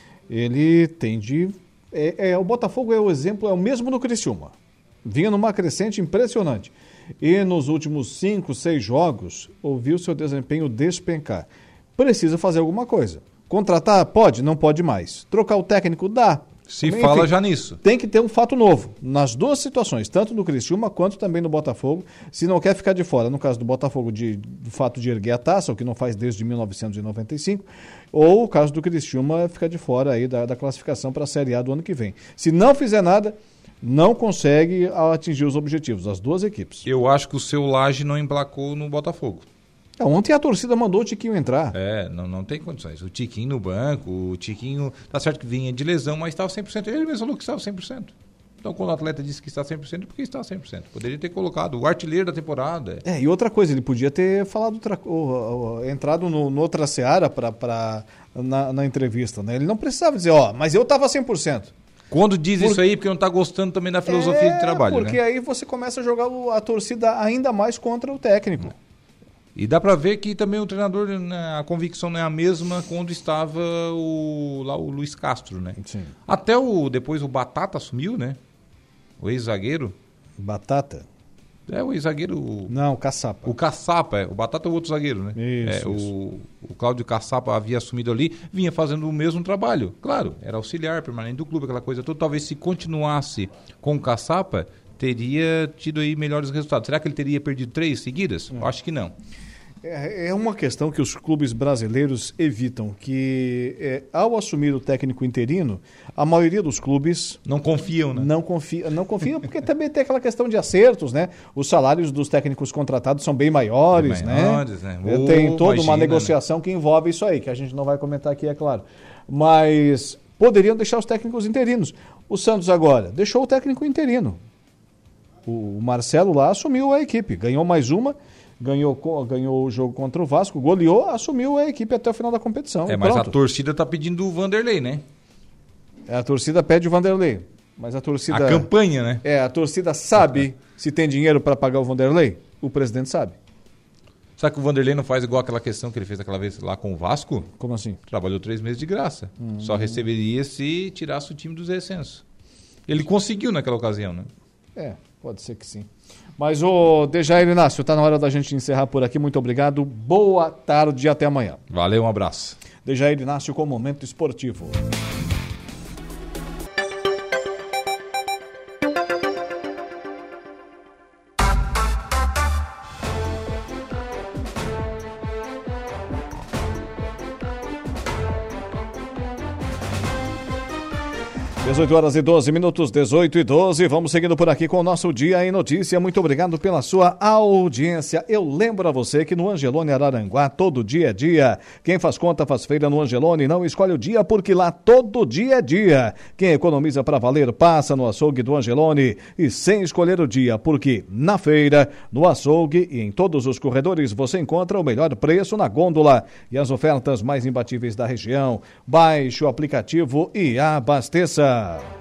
ele tem de... o Botafogo é o exemplo, é o mesmo do Criciúma. Vinha numa crescente impressionante. E nos últimos 5, 6 jogos, ouviu seu desempenho despencar. Precisa fazer alguma coisa. Contratar? Pode? Não pode mais. Trocar o técnico? Dá. Se fala já nisso. Tem que ter um fato novo, nas duas situações, tanto no Criciúma quanto também no Botafogo, se não quer ficar de fora. No caso do Botafogo, do fato de erguer a taça, o que não faz desde 1995, ou o caso do Criciúma, ficar de fora aí da classificação para a Série A do ano que vem. Se não fizer nada, não consegue atingir os objetivos, as duas equipes. Eu acho que o seu Laje não emplacou no Botafogo. Ontem a torcida mandou o Tiquinho entrar. Não tem condições. O Tiquinho no banco, o Tiquinho, tá certo que vinha de lesão, mas estava 100%. Ele mesmo falou que estava 100%. Então, quando o atleta disse que está 100%, porque está 100%. Poderia ter colocado o artilheiro da temporada. E outra coisa, ele podia ter falado entrado no outra seara na entrevista, né? Ele não precisava dizer, mas eu estava 100%. Quando diz isso aí, porque não está gostando também da filosofia de trabalho, porque aí você começa a jogar a torcida ainda mais contra o técnico. E dá para ver que também o treinador, a convicção não é a mesma quando estava o Luiz Castro, né? Sim. Até depois o Batata assumiu, né? O ex-zagueiro. Batata? É o zagueiro... Não, o Caçapa. O Caçapa, o Batata é o outro zagueiro, né? Isso. O Cláudio Caçapa havia assumido ali, vinha fazendo o mesmo trabalho. Claro, era auxiliar permanente do clube, aquela coisa toda. Talvez se continuasse com o Caçapa, teria tido aí melhores resultados. Será que ele teria perdido 3 seguidas? Acho que não. É uma questão que os clubes brasileiros evitam, que ao assumir o técnico interino, a maioria dos clubes... Não confiam, né? Não confiam porque também tem aquela questão de acertos, né? Os salários dos técnicos contratados são bem maiores, né? Tem toda uma negociação, né, que envolve isso aí, que a gente não vai comentar aqui, é claro. Mas poderiam deixar os técnicos interinos. O Santos agora deixou o técnico interino. O Marcelo lá assumiu a equipe, ganhou mais uma... Ganhou o jogo contra o Vasco, goleou, assumiu a equipe até o final da competição. Mas pronto. A torcida está pedindo o Vanderlei, né? A torcida pede o Vanderlei, mas a torcida... A campanha, né? A torcida sabe se tem dinheiro para pagar o Vanderlei? O presidente sabe. Sabe que o Vanderlei não faz igual aquela questão que ele fez aquela vez lá com o Vasco? Como assim? Trabalhou 3 meses de graça. Só receberia se tirasse o time dos descensos. Ele conseguiu naquela ocasião, né? Pode ser que sim. Mas o Dejair Inácio, está na hora da gente encerrar por aqui. Muito obrigado. Boa tarde e até amanhã. Valeu, um abraço. Dejair Inácio com o Momento Esportivo. 18h12, 18h12. Vamos seguindo por aqui com o nosso Dia em Notícia. Muito obrigado pela sua audiência. Eu lembro a você que no Angelone Araranguá, todo dia é dia. Quem faz conta faz feira no Angelone, não escolhe o dia, porque lá todo dia é dia. Quem economiza para valer passa no açougue do Angelone e sem escolher o dia, porque na feira, no açougue e em todos os corredores você encontra o melhor preço na gôndola e as ofertas mais imbatíveis da região. Baixe o aplicativo e abasteça.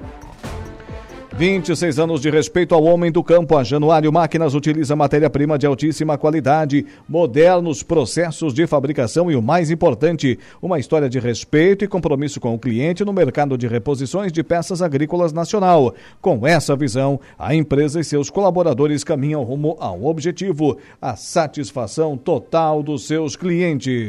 26 anos de respeito ao homem do campo. A Januário Máquinas utiliza matéria-prima de altíssima qualidade, modernos processos de fabricação e o mais importante, uma história de respeito e compromisso com o cliente no mercado de reposições de peças agrícolas nacional. Com essa visão, a empresa e seus colaboradores caminham rumo ao objetivo, a satisfação total dos seus clientes.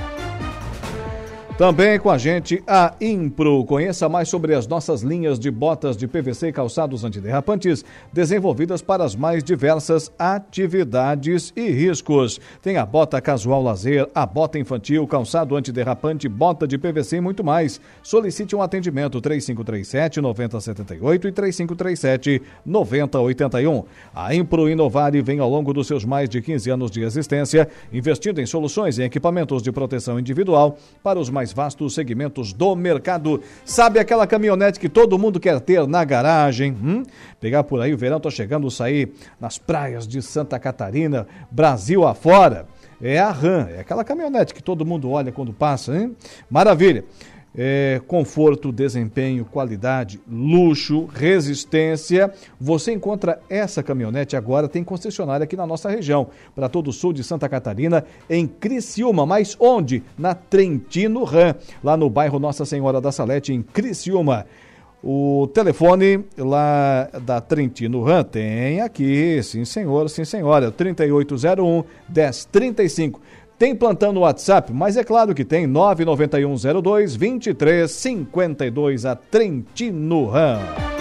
Também com a gente a Impro. Conheça mais sobre as nossas linhas de botas de PVC e calçados antiderrapantes, desenvolvidas para as mais diversas atividades e riscos. Tem a bota casual lazer, a bota infantil, calçado antiderrapante, bota de PVC e muito mais. Solicite um atendimento 3537-9078 e 3537-9081. A Impro inovar e vem ao longo dos seus mais de 15 anos de existência, investindo em soluções e equipamentos de proteção individual para os mais vastos segmentos do mercado. Sabe aquela caminhonete que todo mundo quer ter na garagem? Pegar por aí, o verão tá chegando, sair nas praias de Santa Catarina, Brasil afora. É a RAM, é aquela caminhonete que todo mundo olha quando passa, hein? Maravilha. Conforto, desempenho, qualidade, luxo, resistência. Você encontra essa caminhonete agora, tem concessionária aqui na nossa região, para todo o sul de Santa Catarina, em Criciúma. Mas onde? Na Trentino Ram, lá no bairro Nossa Senhora da Salete, em Criciúma. O telefone lá da Trentino Ram tem aqui, sim senhor, sim senhora, 3801-1035. Tem plantão no WhatsApp, mas é claro que tem, 99102-2352, a Trentino Ram.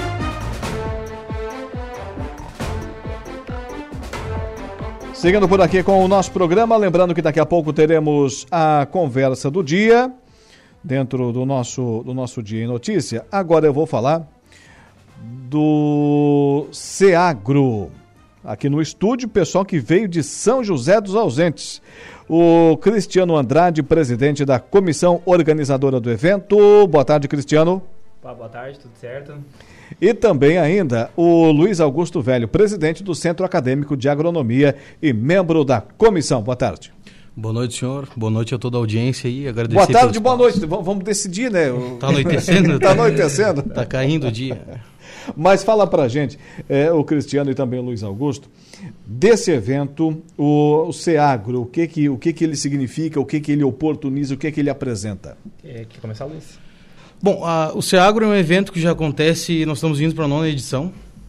Seguindo por aqui com o nosso programa, lembrando que daqui a pouco teremos a conversa do dia, dentro do nosso Dia em Notícia. Agora eu vou falar do Seagro. Aqui no estúdio, pessoal que veio de São José dos Ausentes. O Cristiano Andrade, presidente da comissão organizadora do evento. Boa tarde, Cristiano. Boa tarde, tudo certo? E também ainda o Luiz Augusto Velho, presidente do Centro Acadêmico de Agronomia e membro da comissão. Boa tarde. Boa noite, senhor. Boa noite a toda a audiência aí. Agradecer. Boa tarde, boa noite. Vamos decidir, né? Tá anoitecendo? Tá anoitecendo? Tá caindo o dia. Mas fala pra gente, o Cristiano e também o Luiz Augusto, desse evento, o Seagro, o que ele significa, o que ele oportuniza, o que ele apresenta? Quer começar, Luiz? Bom, o Seagro é um evento que já acontece, nós estamos indo para a 9ª edição.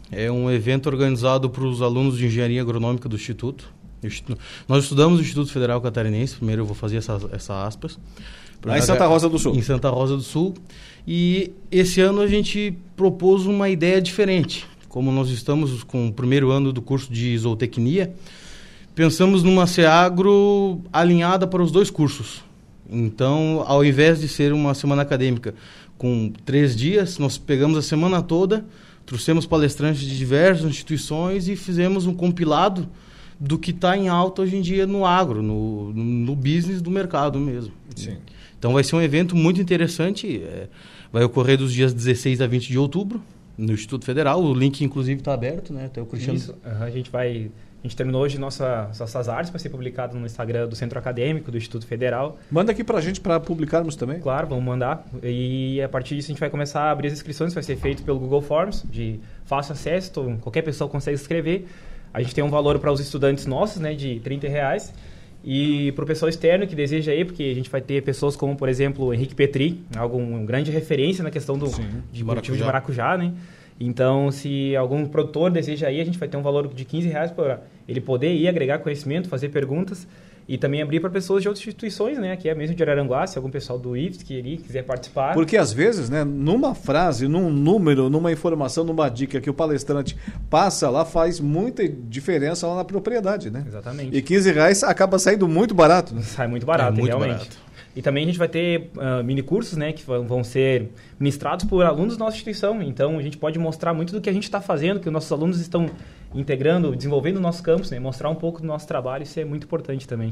É um evento organizado para os alunos de Engenharia Agronômica do Instituto. Nós estudamos no Instituto Federal Catarinense, primeiro eu vou fazer essa aspas. Lá em Santa Rosa do Sul. Em Santa Rosa do Sul. E esse ano a gente propôs uma ideia diferente. Como nós estamos com o primeiro ano do curso de zootecnia, pensamos numa SEAGRO alinhada para os dois cursos. Então, ao invés de ser uma semana acadêmica com 3 dias, nós pegamos a semana toda, trouxemos palestrantes de diversas instituições e fizemos um compilado do que está em alta hoje em dia no agro, no business do mercado mesmo. Sim. Então vai ser um evento muito interessante, vai ocorrer dos dias 16 a 20 de outubro, no Instituto Federal, o link inclusive está aberto, né? Até o Cristiano. Isso, a gente terminou hoje nossas artes para ser publicado no Instagram do Centro Acadêmico do Instituto Federal. Manda aqui para a gente para publicarmos também. Claro, vamos mandar. E a partir disso a gente vai começar a abrir as inscrições, vai ser feito pelo Google Forms, de fácil acesso, qualquer pessoa consegue escrever. A gente tem um valor para os estudantes nossos, né, de R$30. E para o pessoal externo que deseja ir, porque a gente vai ter pessoas como, por exemplo, o Henrique Petri, uma grande referência na questão de cultivo de maracujá, né? Então, se algum produtor deseja ir, a gente vai ter um valor de R$15 para ele poder ir, agregar conhecimento, fazer perguntas e também abrir para pessoas de outras instituições, né? Aqui é mesmo de Araranguá, se algum pessoal do IFSC quiser participar. Porque às vezes, né, numa frase, num número, numa informação, numa dica que o palestrante passa lá, faz muita diferença lá na propriedade, né? Exatamente. E R$15 acaba saindo muito barato, né? Sai muito barato, muito realmente. Barato. E também a gente vai ter mini cursos, né, que vão ser ministrados por alunos da nossa instituição. Então, a gente pode mostrar muito do que a gente está fazendo, que os nossos alunos estão integrando, desenvolvendo o nosso campus, né, mostrar um pouco do nosso trabalho, isso é muito importante também.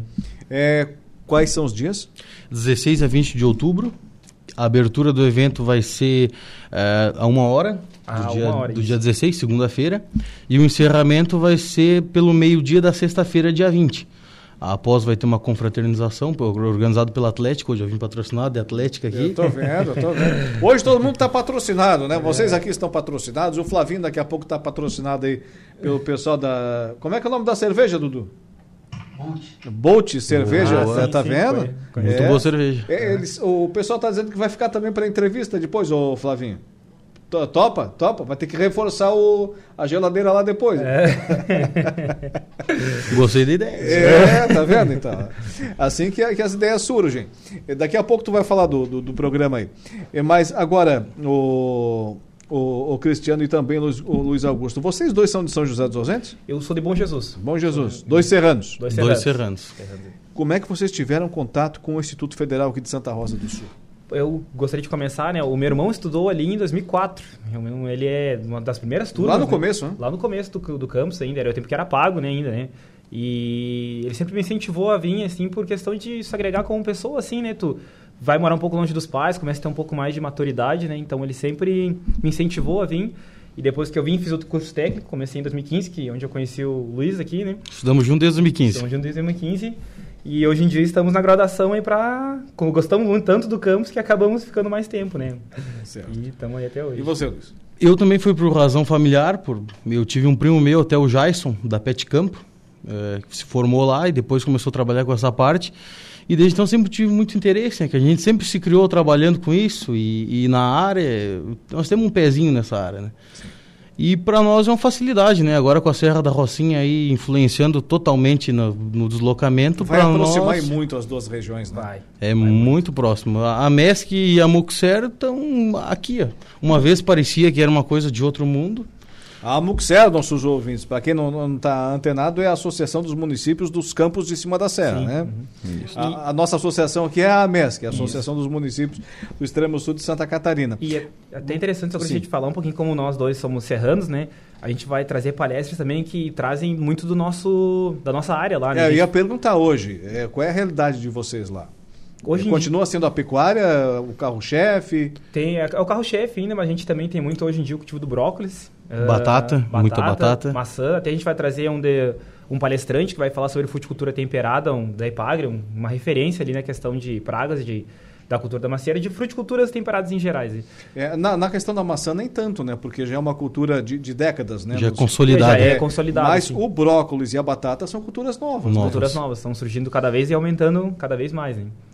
Quais são os dias? 16 a 20 de outubro. A abertura do evento vai ser a 1 hora, do dia 16, segunda-feira. E o encerramento vai ser pelo meio-dia da sexta-feira, dia 20. Após vai ter uma confraternização organizado pela Atlética. Hoje eu vim patrocinado de Atlética aqui. Eu tô vendo. Hoje todo mundo está patrocinado, né? Vocês aqui estão patrocinados. O Flavinho daqui a pouco está patrocinado aí pelo pessoal da... Como é que é o nome da cerveja, Dudu? Bolt Cerveja, tá vendo? Muito boa cerveja. O pessoal está dizendo que vai ficar também para entrevista depois, ô Flavinho. Topa? Vai ter que reforçar a geladeira lá depois. Gostei da ideia. Tá vendo então? Assim que as ideias surgem. Daqui a pouco tu vai falar do programa aí. Mas agora, o Cristiano e também o Luiz Augusto, vocês dois são de São José dos Ausentes? Eu sou de Bom Jesus. Bom Jesus. Dois serranos. Dois serranos. Como é que vocês tiveram contato com o Instituto Federal aqui de Santa Rosa do Sul? Eu gostaria de começar, né? O meu irmão estudou ali em 2004. Ele é uma das primeiras turmas. Lá no começo, né? Lá no começo do campus ainda. Era o tempo que era pago, né? Ainda, né? E ele sempre me incentivou a vir, assim, por questão de se agregar como pessoa, assim, né? Tu vai morar um pouco longe dos pais, começa a ter um pouco mais de maturidade, né? Então, ele sempre me incentivou a vir. E depois que eu vim, fiz outro curso técnico. Comecei em 2015, onde eu conheci o Luiz aqui, né? Estudamos juntos desde 2015. Estamos juntos desde 2015. E hoje em dia estamos na graduação aí como gostamos muito tanto do campus que acabamos ficando mais tempo, né? Certo. E estamos aí até hoje. E você, Luiz? Eu também fui por razão familiar. Eu tive um primo meu, até o Jason, da Pet Campo, que se formou lá e depois começou a trabalhar com essa parte. E desde então sempre tive muito interesse, né? Que a gente sempre se criou trabalhando com isso e na área, nós temos um pezinho nessa área, né? Sim. E para nós é uma facilidade, né? Agora com a Serra da Rocinha aí influenciando totalmente no deslocamento. Vai aproximar muito as duas regiões, né? Vai muito próximo. A MESC e a Muxer estão aqui, ó. Uma vez parecia que era uma coisa de outro mundo. A Muxer, nossos ouvintes, para quem não está antenado, é a Associação dos Municípios dos Campos de Cima da Serra, né? Uhum. A nossa associação aqui é a MESC, a Associação dos Municípios do Extremo Sul de Santa Catarina. E é até interessante só para a gente falar um pouquinho, como nós dois somos serranos, né? A gente vai trazer palestras também que trazem muito da nossa área lá, né? Eu ia perguntar hoje, qual é a realidade de vocês lá? Hoje continua sendo a pecuária, o carro-chefe? É o carro-chefe ainda, mas a gente também tem muito hoje em dia o cultivo do brócolis. Muita batata. Maçã. Até a gente vai trazer um palestrante que vai falar sobre fruticultura temperada, da Epagre, uma referência ali na questão de pragas da cultura da macieira, de fruticulturas temperadas em gerais. Na questão da maçã nem tanto, né? Porque já é uma cultura de décadas, né? Já é consolidada. Já é consolidada. Mas sim. O brócolis e a batata são culturas novas. Culturas novas, estão surgindo cada vez e aumentando cada vez mais, hein?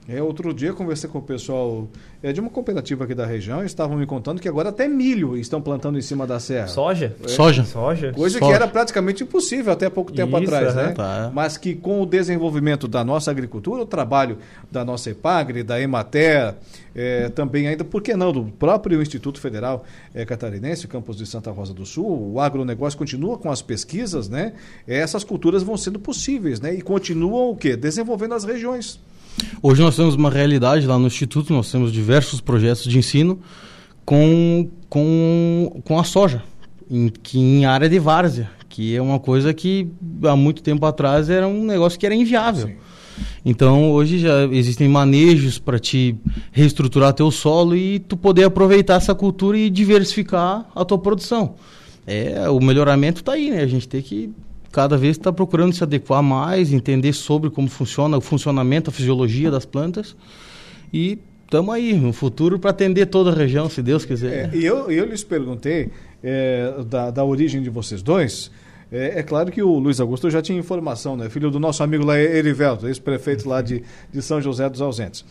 Outro dia eu conversei com o pessoal de uma cooperativa aqui da região, estavam me contando que agora até milho estão plantando em cima da serra. Soja. Coisa que era praticamente impossível até pouco tempo atrás, né? Tá. Mas que com o desenvolvimento da nossa agricultura, o trabalho da nossa EPAGRE, da Emater, também ainda, por que não, do próprio Instituto Federal Catarinense, campus de Santa Rosa do Sul, o agronegócio continua com as pesquisas, né? Essas culturas vão sendo possíveis, né? E continuam o quê? Desenvolvendo as regiões. Hoje nós temos uma realidade lá no Instituto, nós temos diversos projetos de ensino com a soja, em área de várzea, que é uma coisa que há muito tempo atrás era um negócio que era inviável. Sim. Então hoje já existem manejos para te reestruturar teu solo e tu poder aproveitar essa cultura e diversificar a tua produção. O melhoramento está aí, né? A gente tem que cada vez está procurando se adequar mais, entender sobre como funciona o funcionamento, a fisiologia das plantas. E estamos aí no futuro para atender toda a região, se Deus quiser. E eu lhes perguntei da origem de vocês dois. É claro que o Luiz Augusto já tinha informação, né? Filho do nosso amigo lá, Erivelto, ex-prefeito lá de São José dos Ausentes.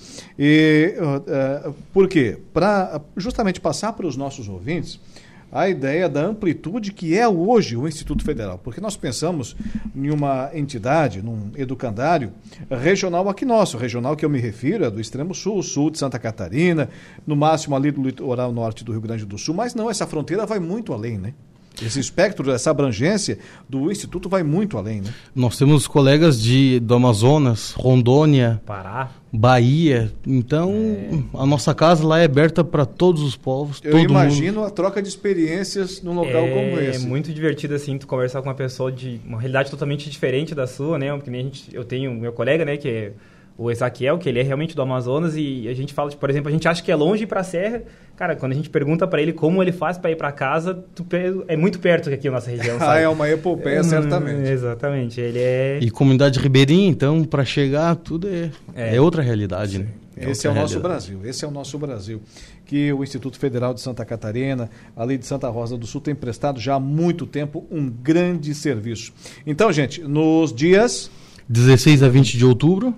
Por quê? Para justamente passar para os nossos ouvintes a ideia da amplitude que é hoje o Instituto Federal, porque nós pensamos em uma entidade, num educandário regional aqui nosso, regional que eu me refiro é do extremo sul, sul de Santa Catarina, no máximo ali do litoral norte do Rio Grande do Sul, mas não, essa fronteira vai muito além, né? Esse espectro, essa abrangência do Instituto vai muito além, né? Nós temos colegas do Amazonas, Rondônia, Pará, Bahia. Então, a nossa casa lá é aberta para todos os povos. Eu imagino a troca de experiências num local como esse. É muito divertido, assim, tu conversar com uma pessoa de uma realidade totalmente diferente da sua, né? Porque nem eu tenho meu colega, né, que é o Ezequiel, que ele é realmente do Amazonas, e a gente fala, por exemplo, a gente acha que é longe ir pra serra. Cara, quando a gente pergunta pra ele como ele faz pra ir pra casa, é muito perto aqui a nossa região, sabe? É uma epopeia, certamente. Exatamente, E comunidade ribeirinha, então, pra chegar, tudo é outra realidade, né? Esse é o nosso Brasil, esse é o nosso Brasil, que o Instituto Federal de Santa Catarina, ali de Santa Rosa do Sul, tem prestado já há muito tempo um grande serviço. Então, gente, nos dias 16 a 20 de outubro,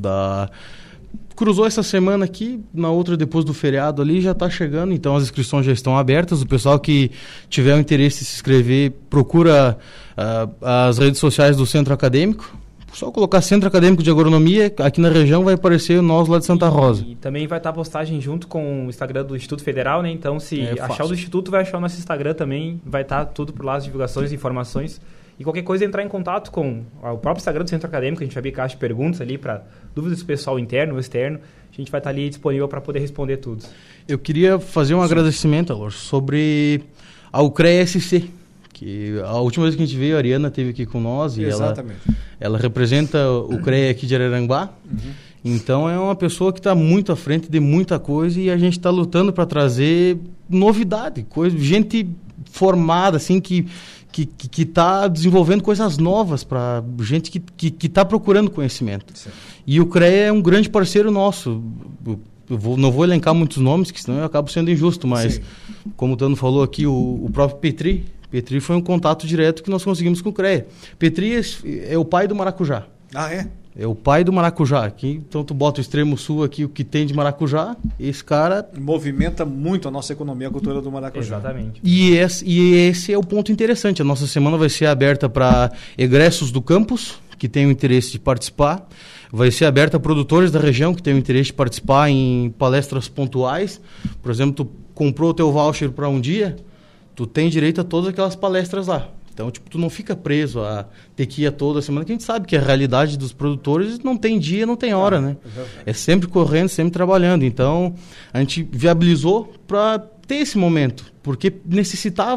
cruzou essa semana aqui, na outra depois do feriado ali, já está chegando, então as inscrições já estão abertas. O pessoal que tiver o interesse em se inscrever, procura as redes sociais do Centro Acadêmico. Só colocar Centro Acadêmico de Agronomia, aqui na região vai aparecer nós lá de Santa Rosa. E também vai estar a postagem junto com o Instagram do Instituto Federal, né? Então, se achar o do Instituto, vai achar o nosso Instagram também, vai estar tudo por lá, as divulgações, informações. E qualquer coisa, entrar em contato com o próprio Instagram do Centro Acadêmico, a gente vai abrir caixa de perguntas ali para dúvidas do pessoal interno ou externo. A gente vai estar ali disponível para poder responder tudo. Eu queria fazer um agradecimento, Alor, sobre a UCREA-SC, que a última vez que a gente veio, a Ariana esteve aqui com nós e ela representa o CREA aqui de Araranguá. Uhum. Então é uma pessoa que está muito à frente de muita coisa e a gente está lutando para trazer novidade, gente formada, assim, que está desenvolvendo coisas novas para gente que está procurando conhecimento. Sim. E o CREA é um grande parceiro nosso. Não vou elencar muitos nomes, que senão eu acabo sendo injusto, mas como o Tano falou aqui, o próprio Petri foi um contato direto que nós conseguimos com o CREA. Petri é o pai do maracujá. Ah, é? É o pai do maracujá. Aqui, então tu bota o extremo sul aqui, o que tem de maracujá, esse cara movimenta muito a nossa economia, a cultura do maracujá. Exatamente. E esse é o ponto interessante. A nossa semana vai ser aberta para egressos do campus, que têm o interesse de participar. Vai ser aberta a produtores da região, que têm o interesse de participar em palestras pontuais. Por exemplo, tu comprou o teu voucher para um dia, tu tem direito a todas aquelas palestras lá. Então, tu não fica preso a ter que ir a toda semana, que a gente sabe que a realidade dos produtores não tem dia, não tem hora, né? É sempre correndo, sempre trabalhando. Então, a gente viabilizou para ter esse momento, porque necessita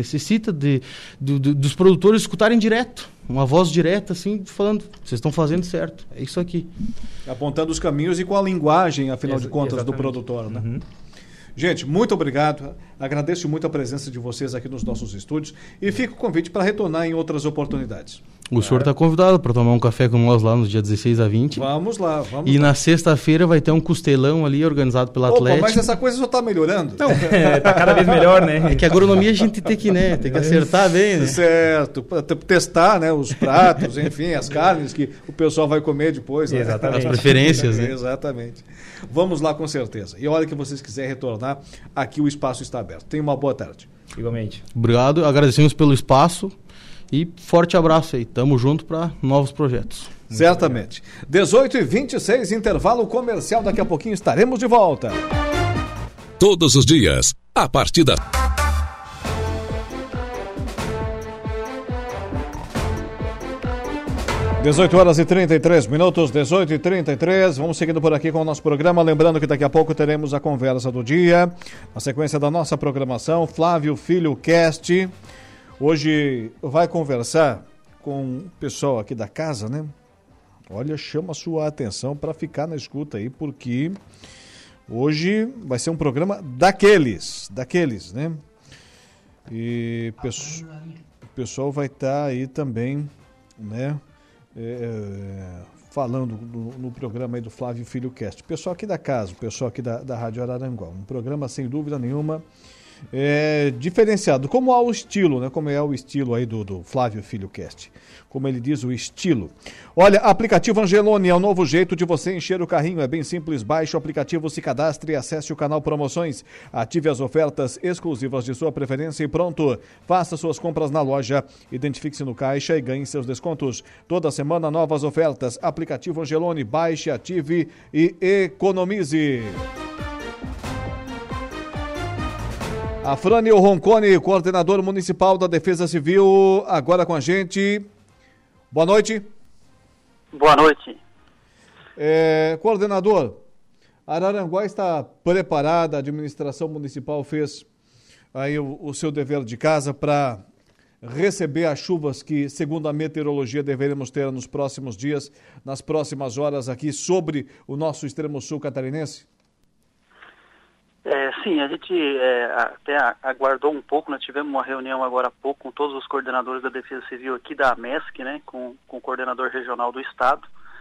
dos produtores escutarem direto, uma voz direta, assim, falando, vocês estão fazendo certo, é isso aqui. Apontando os caminhos e com a linguagem, afinal de contas, do produtor, né? Uhum. Gente, muito obrigado. Agradeço muito a presença de vocês aqui nos nossos estúdios e fica o convite para retornar em outras oportunidades. O senhor está convidado para tomar um café com nós lá no dia 16 a 20. Vamos lá. E na sexta-feira vai ter um costelão ali organizado pela Atlético. Mas essa coisa só está melhorando. Não, tá cada vez melhor, né? É que a agronomia a gente tem que acertar bem, né? Certo, para testar, né, os pratos, enfim, as carnes que o pessoal vai comer depois. Né? Exatamente. As preferências, né? Exatamente. Vamos lá com certeza. E a hora que vocês quiserem retornar, aqui o espaço está aberto. Tenha uma boa tarde. Igualmente. Obrigado, agradecemos pelo espaço. E forte abraço aí, tamo junto para novos projetos. Certamente. 18h26, intervalo comercial, daqui a pouquinho estaremos de volta. Todos os dias, a partir da... (18h33), 18h33, vamos seguindo por aqui com o nosso programa, lembrando que daqui a pouco teremos a conversa do dia, na sequência da nossa programação, Flávio Filho Cast. Hoje vai conversar com o pessoal aqui da casa, né? Olha, chama a sua atenção para ficar na escuta aí, porque hoje vai ser um programa daqueles, né? E o pessoal vai estar aí também, né? Falando no programa aí do Flávio Filho Cast. Pessoal aqui da casa, o pessoal aqui da Rádio Araranguá. Um programa, sem dúvida nenhuma, diferenciado, como é o estilo, né? Como é o estilo aí do Flávio Filho Cast, como ele diz, o estilo. Olha, aplicativo Angelone é o novo jeito de você encher o carrinho, é bem simples, baixe o aplicativo, se cadastre e acesse o canal Promoções, ative as ofertas exclusivas de sua preferência e pronto, faça suas compras na loja, identifique-se no caixa e ganhe seus descontos. Toda semana novas ofertas, aplicativo Angelone, baixe, ative e economize. Afrânio Roncone, coordenador municipal da Defesa Civil, agora com a gente. Boa noite. Boa noite. Coordenador, Araranguá está preparada, a administração municipal fez aí o seu dever de casa para receber as chuvas que, segundo a meteorologia, deveremos ter nos próximos dias, nas próximas horas aqui sobre o nosso extremo sul catarinense? Sim, a gente até aguardou um pouco, nós tivemos uma reunião agora há pouco com todos os coordenadores da Defesa Civil aqui da AMESC, né, com o coordenador regional do estado,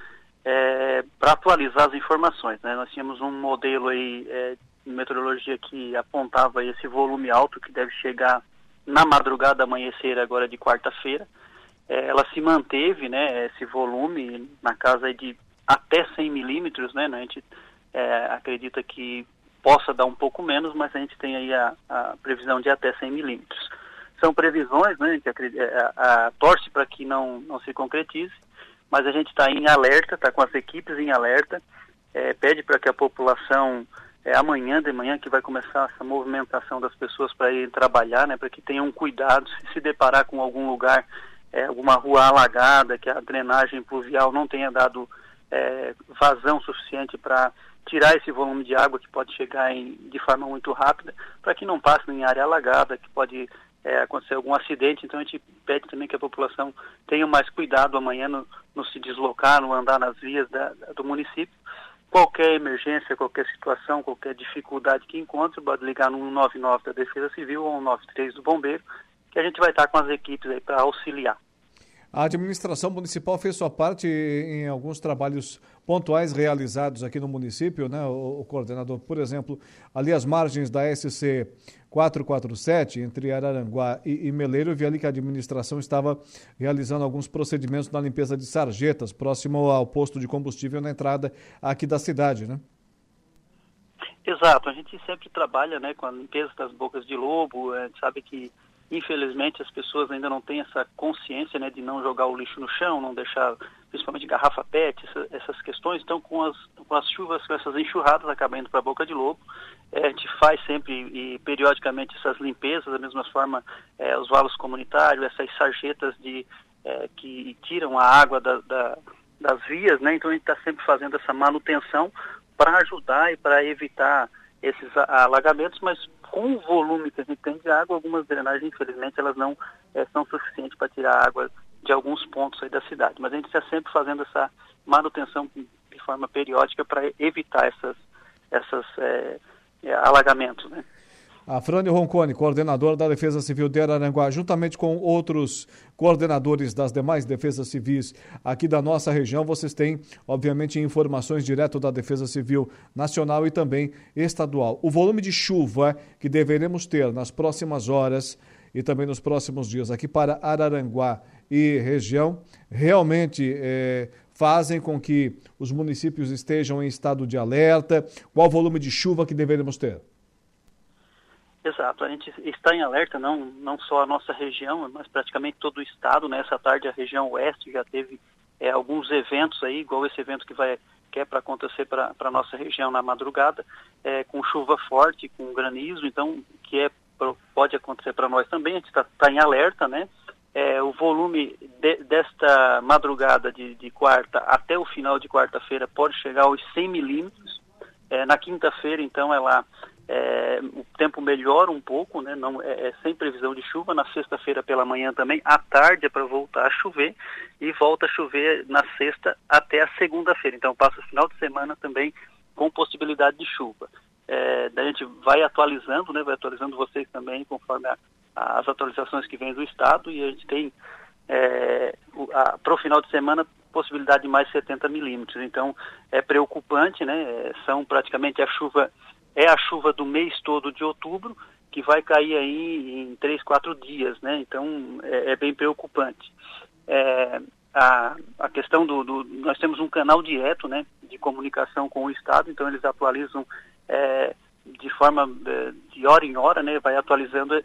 para atualizar as informações, né. Nós tínhamos um modelo aí de meteorologia que apontava esse volume alto que deve chegar na madrugada amanhecer agora de quarta-feira. Ela se manteve, né, esse volume na casa de até 100 milímetros, né, a gente acredita que possa dar um pouco menos, mas a gente tem aí a previsão de até 100 milímetros. São previsões, né, que torce para que não se concretize, mas a gente está em alerta, está com as equipes em alerta, pede para que a população, amanhã de manhã, que vai começar essa movimentação das pessoas para ir trabalhar, né, para que tenham cuidado, se deparar com algum lugar, alguma rua alagada, que a drenagem pluvial não tenha dado vazão suficiente para tirar esse volume de água que pode chegar de forma muito rápida, para que não passe em área alagada, que pode acontecer algum acidente. Então a gente pede também que a população tenha mais cuidado amanhã no se deslocar, no andar nas vias do município. Qualquer emergência, qualquer situação, qualquer dificuldade que encontre, pode ligar no 199 da Defesa Civil ou 193 do Bombeiro, que a gente vai estar com as equipes aí para auxiliar. A administração municipal fez sua parte em alguns trabalhos pontuais realizados aqui no município, né, o coordenador? Por exemplo, ali às margens da SC 447, entre Araranguá e Meleiro, eu vi ali que a administração estava realizando alguns procedimentos na limpeza de sarjetas, próximo ao posto de combustível na entrada aqui da cidade, né? Exato, a gente sempre trabalha, né, com a limpeza das bocas de lobo, a gente sabe que infelizmente as pessoas ainda não têm essa consciência, né, de não jogar o lixo no chão, não deixar, principalmente garrafa PET, essas questões. Então com as chuvas, com essas enxurradas, acaba indo para a boca de lobo. A gente faz sempre e periodicamente essas limpezas, da mesma forma os valos comunitários, essas sarjetas que tiram a água das vias, né? Então a gente está sempre fazendo essa manutenção para ajudar e para evitar esses alagamentos, mas com o volume que a gente tem de água, algumas drenagens, infelizmente, elas não são suficientes para tirar a água de alguns pontos aí da cidade. Mas a gente está sempre fazendo essa manutenção de forma periódica para evitar essas alagamentos, né? Afrânio Roncone, coordenador da Defesa Civil de Araranguá, juntamente com outros coordenadores das demais defesas civis aqui da nossa região, vocês têm, obviamente, informações direto da Defesa Civil Nacional e também estadual. O volume de chuva que deveremos ter nas próximas horas e também nos próximos dias aqui para Araranguá e região, realmente fazem com que os municípios estejam em estado de alerta. Qual o volume de chuva que deveremos ter? Exato, a gente está em alerta, não só a nossa região, mas praticamente todo o estado. Nessa tarde a região oeste já teve alguns eventos aí, igual esse evento que é para acontecer para a nossa região na madrugada, com chuva forte, com granizo, então pode acontecer para nós também. A gente está em alerta, né? O volume desta madrugada de quarta até o final de quarta-feira pode chegar aos 100 milímetros. Na quinta-feira, então, o tempo melhora um pouco, né? Não sem previsão de chuva. Na sexta-feira pela manhã também, à tarde é para voltar a chover e volta a chover na sexta até a segunda-feira. Então passa o final de semana também com possibilidade de chuva. Daí a gente vai atualizando, né? Vai atualizando vocês também conforme as atualizações que vêm do estado, e a gente tem para o final de semana possibilidade de mais 70 milímetros. Então é preocupante, né? São praticamente a chuva do mês todo de outubro, que vai cair aí em 3, 4 dias, né? Então é bem preocupante. A questão nós temos um canal direto, né, de comunicação com o estado, então eles atualizam de forma de hora em hora, né? Vai atualizando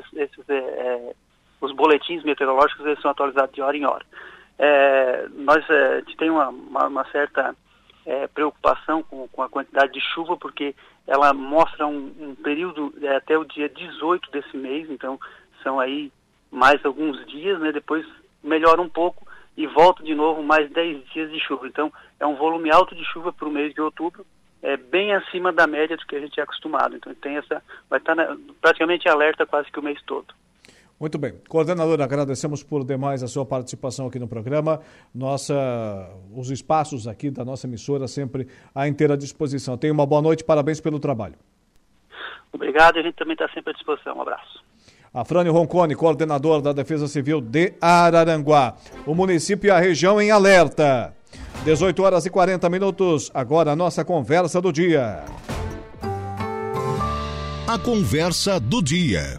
os boletins meteorológicos, eles são atualizados de hora em hora. Nós tem uma certa preocupação com a quantidade de chuva, porque ela mostra um período até o dia 18 desse mês, então são aí mais alguns dias, né? Depois melhora um pouco e volta de novo mais 10 dias de chuva. Então é um volume alto de chuva para o mês de outubro, bem acima da média do que a gente é acostumado. Então vai estar praticamente alerta quase que o mês todo. Muito bem. Coordenador, agradecemos por demais a sua participação aqui no programa. Os espaços aqui da nossa emissora sempre à inteira disposição. Tenha uma boa noite, parabéns pelo trabalho. Obrigado, a gente também está sempre à disposição. Um abraço. Afrânio Roncone, coordenador da Defesa Civil de Araranguá. O município e a região em alerta. 18h40, agora a nossa conversa do dia. A conversa do dia.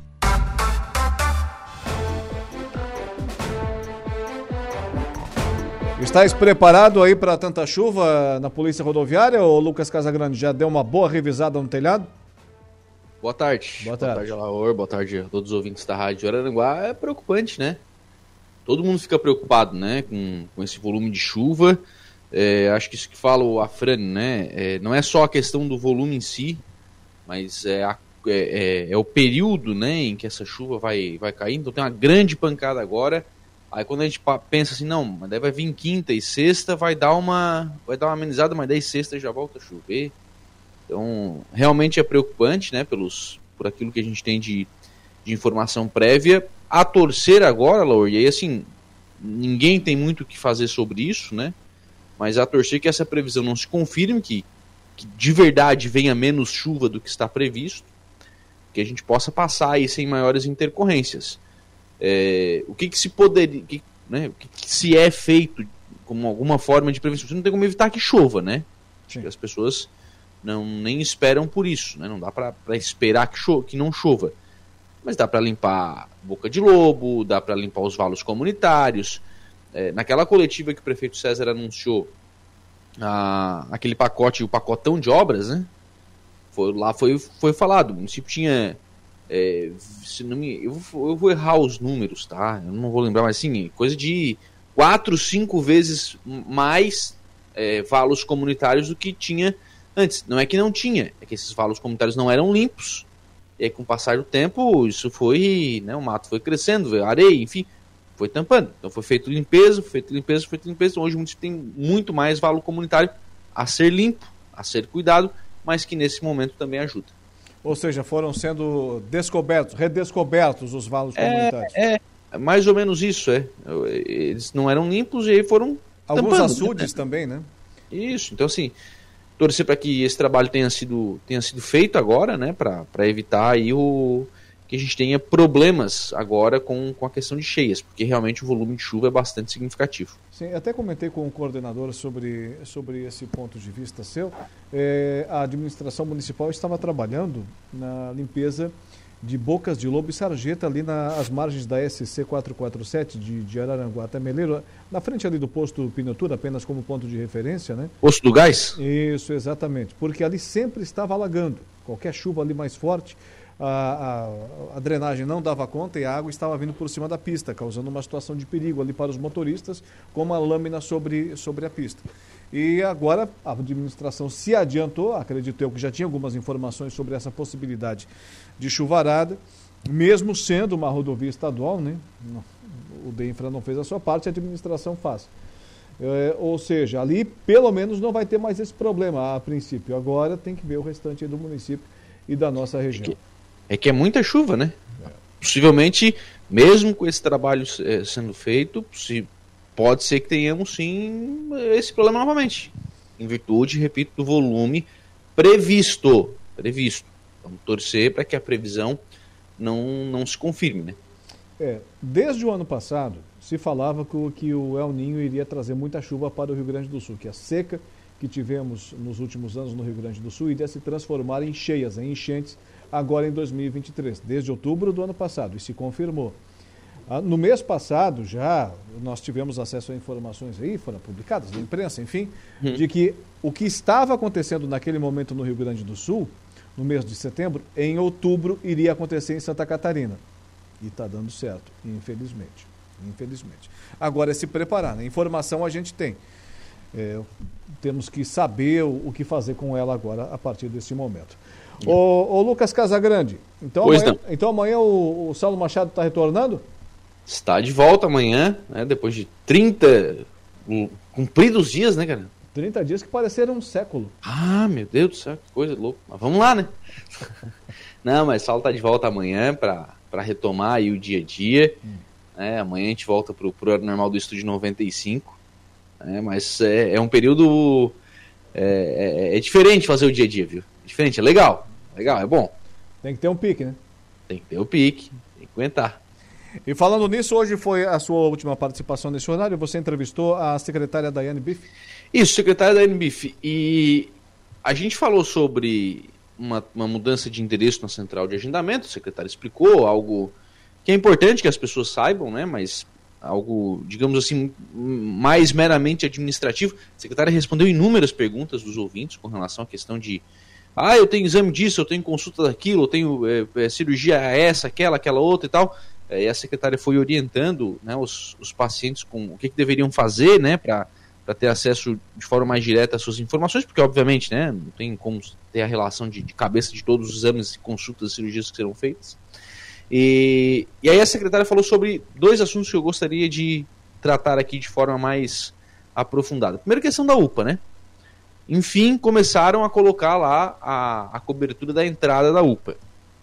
Estáis preparado aí para tanta chuva na Polícia Rodoviária, ou Lucas Casagrande já deu uma boa revisada no telhado? Boa tarde. Boa tarde, Alaor. Boa tarde a todos os ouvintes da Rádio Araranguá. É preocupante, né? Todo mundo fica preocupado, né? Com esse volume de chuva. Acho que isso que fala o Afrânio, né? Não é só a questão do volume em si, mas é o período, né, em que essa chuva vai cair. Então tem uma grande pancada agora. Aí quando a gente pensa assim, não, mas daí vai vir quinta e sexta, vai dar uma amenizada, mas daí sexta já volta a chover. Então, realmente é preocupante, né, por aquilo que a gente tem de informação prévia. A torcer agora, Laura, e aí assim, ninguém tem muito o que fazer sobre isso, né, mas a torcer que essa previsão não se confirme, que de verdade venha menos chuva do que está previsto, que a gente possa passar aí sem maiores intercorrências. O que se poderia, né, o que se é feito como alguma forma de prevenção? Você não tem como evitar que chova, né? Porque as pessoas nem esperam por isso, né? Não dá para esperar que não chova, mas dá para limpar boca de lobo, dá para limpar os valos comunitários. Naquela coletiva que o prefeito César anunciou aquele pacote, o pacotão de obras, né? Foi falado, o município tinha eu vou errar os números, tá? Eu não vou lembrar, mas assim, coisa de 4, 5 vezes mais valos comunitários do que tinha antes. Não é que não tinha, é que esses valos comunitários não eram limpos. E aí, com o passar do tempo, isso foi, né, o mato foi crescendo, veio areia, enfim, foi tampando. Então foi feito limpeza. Então, hoje o município tem muito mais valo comunitário a ser limpo, a ser cuidado, mas que nesse momento também ajuda. Ou seja, foram sendo redescobertos os valos comunitários. Mais ou menos isso, Eles não eram limpos e aí foram alguns tampando, açudes, né? Também, né? Isso, então assim, torcer para que esse trabalho tenha sido feito agora, né, para evitar aí que a gente tenha problemas agora com a questão de cheias, porque realmente o volume de chuva é bastante significativo. Sim, até comentei com o coordenador sobre esse ponto de vista seu. A administração municipal estava trabalhando na limpeza de bocas de lobo e sarjeta ali nas margens da SC 447 de Araranguá até Meleiro, na frente ali do posto Pinotura, apenas como ponto de referência, né? Posto do Gás? Isso, exatamente, porque ali sempre estava alagando. Qualquer chuva ali mais forte, a drenagem não dava conta e a água estava vindo por cima da pista, causando uma situação de perigo ali para os motoristas, com uma lâmina sobre a pista. E agora a administração se adiantou, acredito eu que já tinha algumas informações sobre essa possibilidade de chuvarada, mesmo sendo uma rodovia estadual, né? O DEINFRA não fez a sua parte, a administração faz. Ou seja, ali pelo menos não vai ter mais esse problema a princípio. Agora tem que ver o restante do município e da nossa região. É que é muita chuva, né? Possivelmente, mesmo com esse trabalho sendo feito, pode ser que tenhamos sim esse problema novamente. Em virtude, repito, do volume previsto. Vamos torcer para que a previsão não se confirme, né? Desde o ano passado, se falava que o El Niño iria trazer muita chuva para o Rio Grande do Sul, que a seca que tivemos nos últimos anos no Rio Grande do Sul iria se transformar em cheias, em enchentes, agora em 2023, desde outubro do ano passado, e se confirmou. No mês passado já nós tivemos acesso a informações aí, foram publicadas na imprensa, enfim, de que o que estava acontecendo naquele momento no Rio Grande do Sul, no mês de setembro, em outubro iria acontecer em Santa Catarina. E está dando certo, infelizmente. Agora é se preparar, né? Informação a gente tem. Temos que saber o que fazer com ela agora, a partir desse momento. Ô Lucas Casagrande, então amanhã o Saulo Machado está retornando? Está de volta amanhã, né, depois de 30 cumpridos dias, né, cara? 30 dias que pareceram um século. Ah, meu Deus do céu, que coisa louca. Mas vamos lá, né? Não, mas Saulo está de volta amanhã para retomar aí o dia a dia. Amanhã a gente volta pro horário normal do Estúdio 95. Mas é um período... É diferente fazer o dia a dia, viu? É diferente, é legal, é bom. Tem que ter um pique, né? Tem que ter o pique, tem que aguentar. E falando nisso, hoje foi a sua última participação nesse horário, você entrevistou a secretária Daiane Biff? Isso, secretária Daiane Biff. E a gente falou sobre uma mudança de endereço na central de agendamento, a secretária explicou algo que é importante que as pessoas saibam, né? Mas algo, digamos assim, mais meramente administrativo. A secretária respondeu inúmeras perguntas dos ouvintes com relação à questão de eu tenho exame disso, eu tenho consulta daquilo, eu tenho cirurgia essa, aquela outra e tal. E a secretária foi orientando, né, os pacientes com o que deveriam fazer, né, para ter acesso de forma mais direta às suas informações, porque obviamente, né, não tem como ter a relação de cabeça de todos os exames, consultas e cirurgias que serão feitas. E aí a secretária falou sobre 2 assuntos que eu gostaria de tratar aqui de forma mais aprofundada. Primeiro, questão da UPA, né? Enfim, começaram a colocar lá a cobertura da entrada da UPA.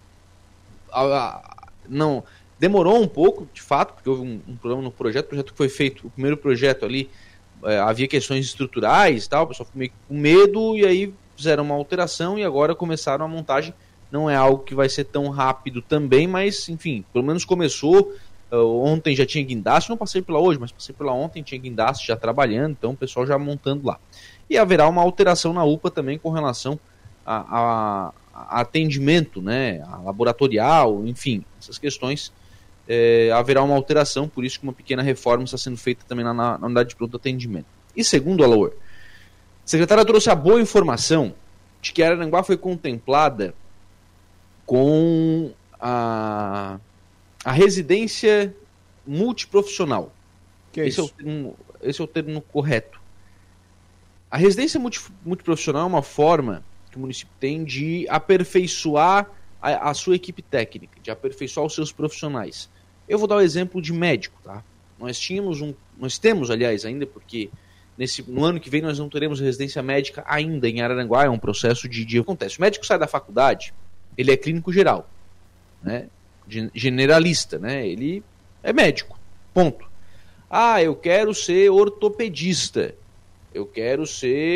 Não, demorou um pouco, de fato, porque houve um problema no projeto. O projeto que foi feito, o primeiro projeto ali, havia questões estruturais e tal, o pessoal ficou meio com medo e aí fizeram uma alteração e agora começaram a montagem. Não é algo que vai ser tão rápido também, mas, enfim, pelo menos começou. Ontem já tinha guindaste, não passei pela hoje, mas passei pela ontem, tinha guindaste já trabalhando, então o pessoal já montando lá. E haverá uma alteração na UPA também com relação a atendimento, né, a laboratorial, enfim, essas questões. Haverá uma alteração, por isso que uma pequena reforma está sendo feita também na unidade de pronto atendimento. E segundo a Laor, a secretária trouxe a boa informação de que Araranguá foi contemplada com a residência multiprofissional. Esse é o termo correto. A residência multiprofissional é uma forma que o município tem de aperfeiçoar a sua equipe técnica, de aperfeiçoar os seus profissionais. Eu vou dar o exemplo de médico, tá? Nós temos, aliás, ainda, porque no ano que vem nós não teremos residência médica ainda em Araranguá, é um processo de acontece. O médico sai da faculdade, ele é clínico geral, né? Generalista, né? Ele é médico, ponto. Eu quero ser ortopedista, eu quero ser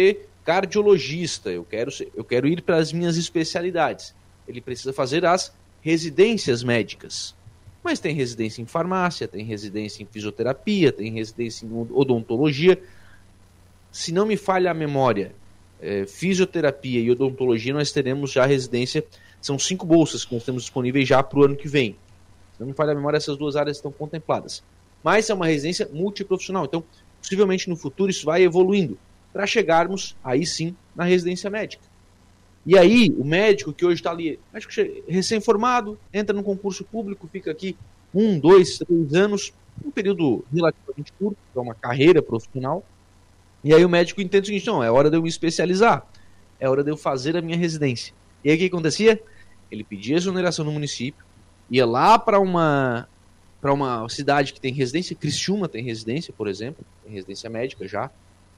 cardiologista, eu quero ir para as minhas especialidades. Ele precisa fazer as residências médicas. Mas tem residência em farmácia, tem residência em fisioterapia, tem residência em odontologia. Se não me falha a memória, fisioterapia e odontologia, nós teremos já residência, são 5 bolsas que nós temos disponíveis já para o ano que vem. Se não me falha a memória, essas 2 áreas estão contempladas. Mas é uma residência multiprofissional, então possivelmente no futuro isso vai evoluindo, para chegarmos aí sim na residência médica. E aí, o médico que hoje está ali, médico recém-formado, entra no concurso público, fica aqui 1, 2, 3 anos, um período relativamente curto, é uma carreira profissional, e aí o médico entende o seguinte, não, é hora de eu me especializar, é hora de eu fazer a minha residência. E aí o que acontecia? Ele pedia exoneração no município, ia lá para uma cidade que tem residência, Criciúma tem residência, por exemplo, tem residência médica já,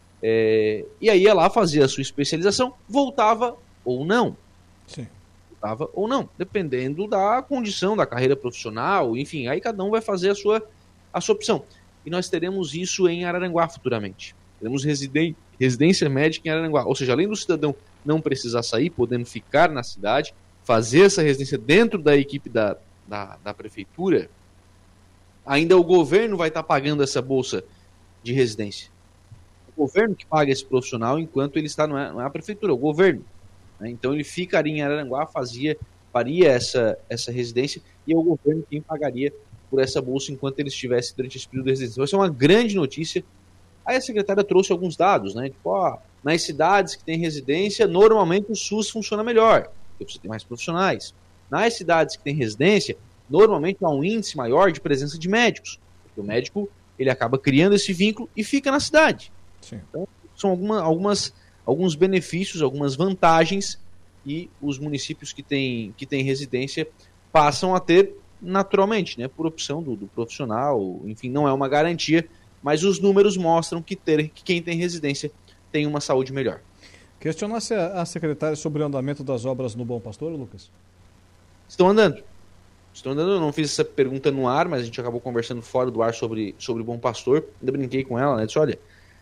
e aí ia lá, fazia a sua especialização, voltava ou não. Sim. Voltava ou não, dependendo da condição, da carreira profissional, enfim, aí cada um vai fazer a sua opção. E nós teremos isso em Araranguá futuramente. Teremos residência médica em Araranguá, ou seja, além do cidadão não precisar sair, podendo ficar na cidade, fazer essa residência dentro da equipe da prefeitura, ainda o governo vai estar pagando essa bolsa de residência. O governo que paga esse profissional enquanto ele está, não é a prefeitura, é o governo. Né? Então ele ficaria em Araranguá, faria essa residência e é o governo quem pagaria por essa bolsa enquanto ele estivesse durante esse período de residência. Então, essa é uma grande notícia. Aí a secretária trouxe alguns dados, né? Tipo, nas cidades que tem residência, normalmente o SUS funciona melhor, porque você tem mais profissionais. Nas cidades que tem residência, normalmente há um índice maior de presença de médicos, porque o médico ele acaba criando esse vínculo e fica na cidade. Sim. Então, são alguns benefícios, algumas vantagens que os municípios que têm residência passam a ter naturalmente, né, por opção do profissional, enfim, não é uma garantia, mas os números mostram que quem tem residência tem uma saúde melhor. Questionasse a secretária sobre o andamento das obras no Bom Pastor, Lucas? Estão andando, eu não fiz essa pergunta no ar, mas a gente acabou conversando fora do ar sobre o Bom Pastor, ainda brinquei com ela, né, disse, olha,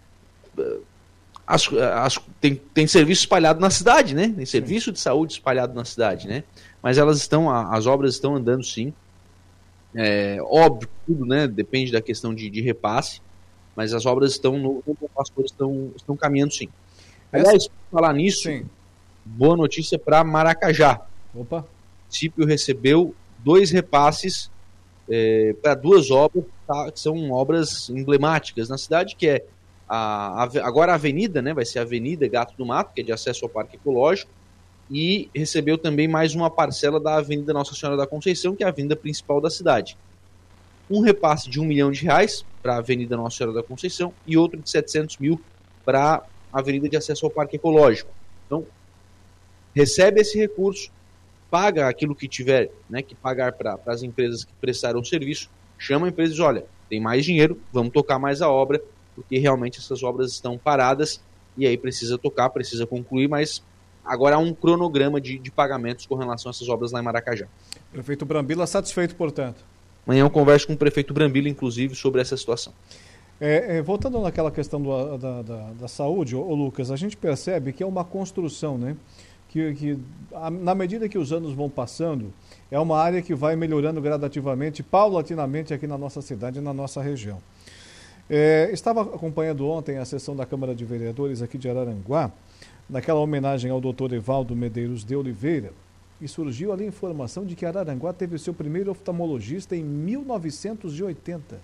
tem serviço espalhado na cidade, né, tem serviço de saúde espalhado na cidade, né, mas as obras estão andando sim, óbvio, tudo, né, depende da questão de repasse, mas as obras estão no Bom Pastor, estão caminhando sim. Aliás, por falar nisso, sim. Boa notícia para Maracajá. Opa. O município recebeu 2 repasses para 2 obras, tá, que são obras emblemáticas na cidade, que é agora a avenida, né, vai ser a Avenida Gato do Mato, que é de acesso ao Parque Ecológico, e recebeu também mais uma parcela da Avenida Nossa Senhora da Conceição, que é a avenida principal da cidade. Um repasse de R$1 milhão para a Avenida Nossa Senhora da Conceição e outro de 700 mil para a avenida de acesso ao Parque Ecológico. Então, recebe esse recurso, paga aquilo que tiver, né, que pagar para as empresas que prestaram o serviço, chama a empresa e diz, olha, tem mais dinheiro, vamos tocar mais a obra, porque realmente essas obras estão paradas e aí precisa tocar, precisa concluir, mas agora há um cronograma de pagamentos com relação a essas obras lá em Maracajá. Prefeito Brambila satisfeito, portanto. Amanhã eu converso com o prefeito Brambila, inclusive, sobre essa situação. Voltando naquela questão da saúde, Lucas, a gente percebe que é uma construção, né? Que na medida que os anos vão passando, é uma área que vai melhorando gradativamente, paulatinamente aqui na nossa cidade e na nossa região. Estava acompanhando ontem a sessão da Câmara de Vereadores aqui de Araranguá, naquela homenagem ao doutor Evaldo Medeiros de Oliveira, e surgiu ali a informação de que Araranguá teve o seu primeiro oftalmologista em 1980.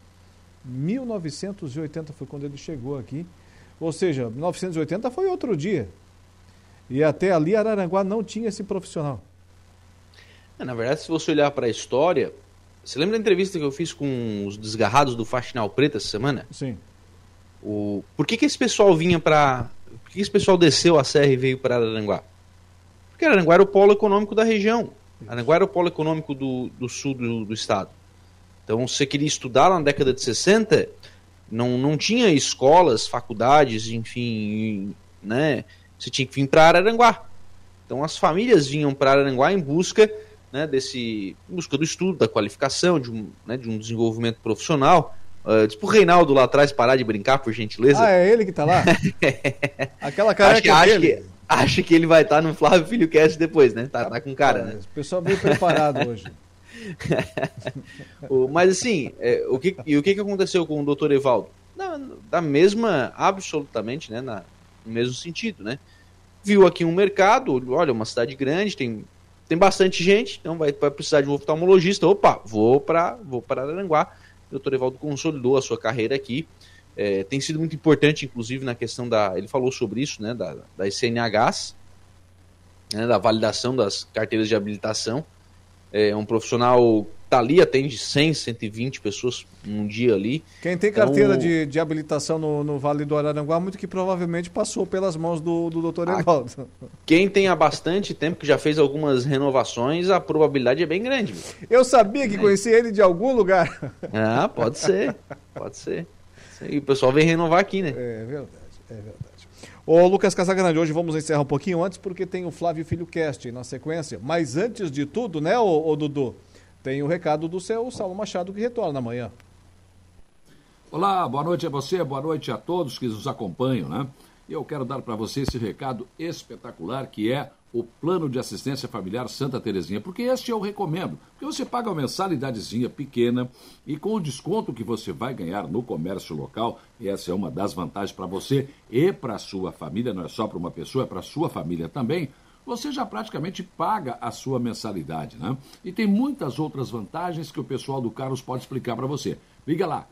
1980 foi quando ele chegou aqui, ou seja, 1980 foi outro dia. E até ali Araranguá não tinha esse profissional. Na verdade, se você olhar para a história, você lembra da entrevista que eu fiz com os desgarrados do Faxinal Preto essa semana? Sim. Por que esse pessoal vinha para... Por que esse pessoal desceu a serra e veio para Araranguá? Porque Araranguá era o polo econômico da região. Araranguá era o polo econômico do sul do estado. Então, se você queria estudar lá na década de 60, não tinha escolas, faculdades, enfim, né? Você tinha que vir para Araranguá. Então, as famílias vinham para Araranguá em busca, né, em busca do estudo, da qualificação, de um desenvolvimento profissional. Diz pro Reinaldo lá atrás parar de brincar, por gentileza. Ah, é ele que tá lá? Aquela careca dele. Acho que ele vai estar no Flávio Filho Cast depois, né? Tá com cara, né? O pessoal veio preparado hoje. Mas assim, o que aconteceu com o Dr. Evaldo? Da mesma, absolutamente, né? No mesmo sentido, né? Viu aqui um mercado, olha, uma cidade grande, tem bastante gente, então vai precisar de um oftalmologista. Opa, vou para Araranguá. O Dr. Evaldo consolidou a sua carreira aqui. Tem sido muito importante, inclusive, na questão ele falou sobre isso, né? Das CNHs, né, da validação das carteiras de habilitação. É um profissional que tá ali, atende 100, 120 pessoas num dia ali. Quem tem carteira de habilitação no Vale do Araranguá, muito que provavelmente passou pelas mãos do Dr. Evaldo. Quem tem há bastante tempo, que já fez algumas renovações, a probabilidade é bem grande. Eu sabia que conhecia ele de algum lugar. Ah, pode ser. E o pessoal vem renovar aqui, né? É verdade. Ô Lucas Casagrande, hoje vamos encerrar um pouquinho antes, porque tem o Flávio Filho Cast na sequência. Mas antes de tudo, né, ô Dudu? Tem o recado do seu Saulo Machado, que retorna amanhã. Olá, boa noite a você, boa noite a todos que nos acompanham, né? Eu quero dar para você esse recado espetacular, que é o Plano de Assistência Familiar Santa Terezinha, porque este eu recomendo, porque você paga uma mensalidadezinha pequena e com o desconto que você vai ganhar no comércio local, e essa é uma das vantagens para você e para a sua família, não é só para uma pessoa, é para a sua família também, você já praticamente paga a sua mensalidade, né? E tem muitas outras vantagens que o pessoal do Carlos pode explicar para você. Liga lá,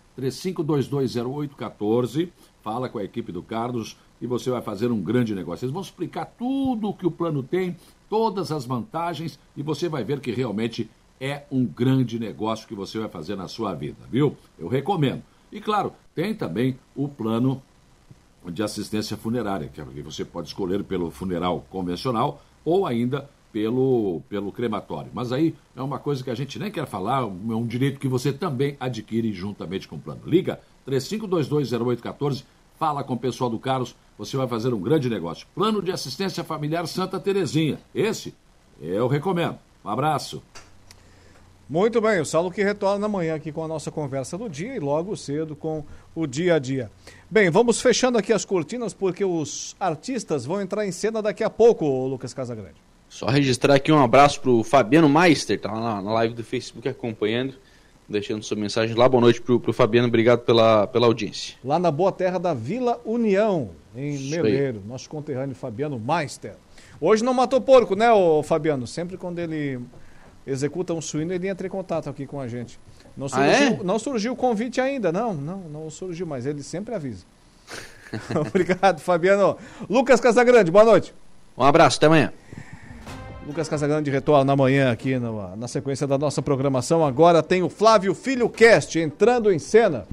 35220814, fala com a equipe do Carlos e você vai fazer um grande negócio. Eles vão explicar tudo o que o plano tem, todas as vantagens, e você vai ver que realmente é um grande negócio que você vai fazer na sua vida, viu? Eu recomendo. E claro, tem também o plano de assistência funerária, que você pode escolher pelo funeral convencional ou ainda pelo crematório. Mas aí é uma coisa que a gente nem quer falar, é um direito que você também adquire juntamente com o plano. Liga 35220814, fala com o pessoal do Carlos, você vai fazer um grande negócio. Plano de Assistência Familiar Santa Terezinha. Esse eu recomendo. Um abraço. Muito bem, o Saulo que retorna amanhã aqui com a nossa conversa do dia e logo cedo com o dia a dia. Bem, vamos fechando aqui as cortinas porque os artistas vão entrar em cena daqui a pouco, Lucas Casagrande. Só registrar aqui um abraço pro Fabiano Meister, tá lá na live do Facebook acompanhando, deixando sua mensagem lá. Boa noite pro Fabiano, obrigado pela audiência. Lá na boa terra da Vila União, em Meleiro, nosso conterrâneo Fabiano Meister. Hoje não matou porco, né, ô Fabiano? Sempre quando ele executa um suíno, ele entra em contato aqui com a gente. Não surgiu o convite ainda, não surgiu, mas ele sempre avisa. Obrigado, Fabiano. Lucas Casagrande, boa noite. Um abraço, até amanhã. Lucas Casagrande retorna amanhã aqui na sequência da nossa programação. Agora tem o Flávio Filho Cast entrando em cena.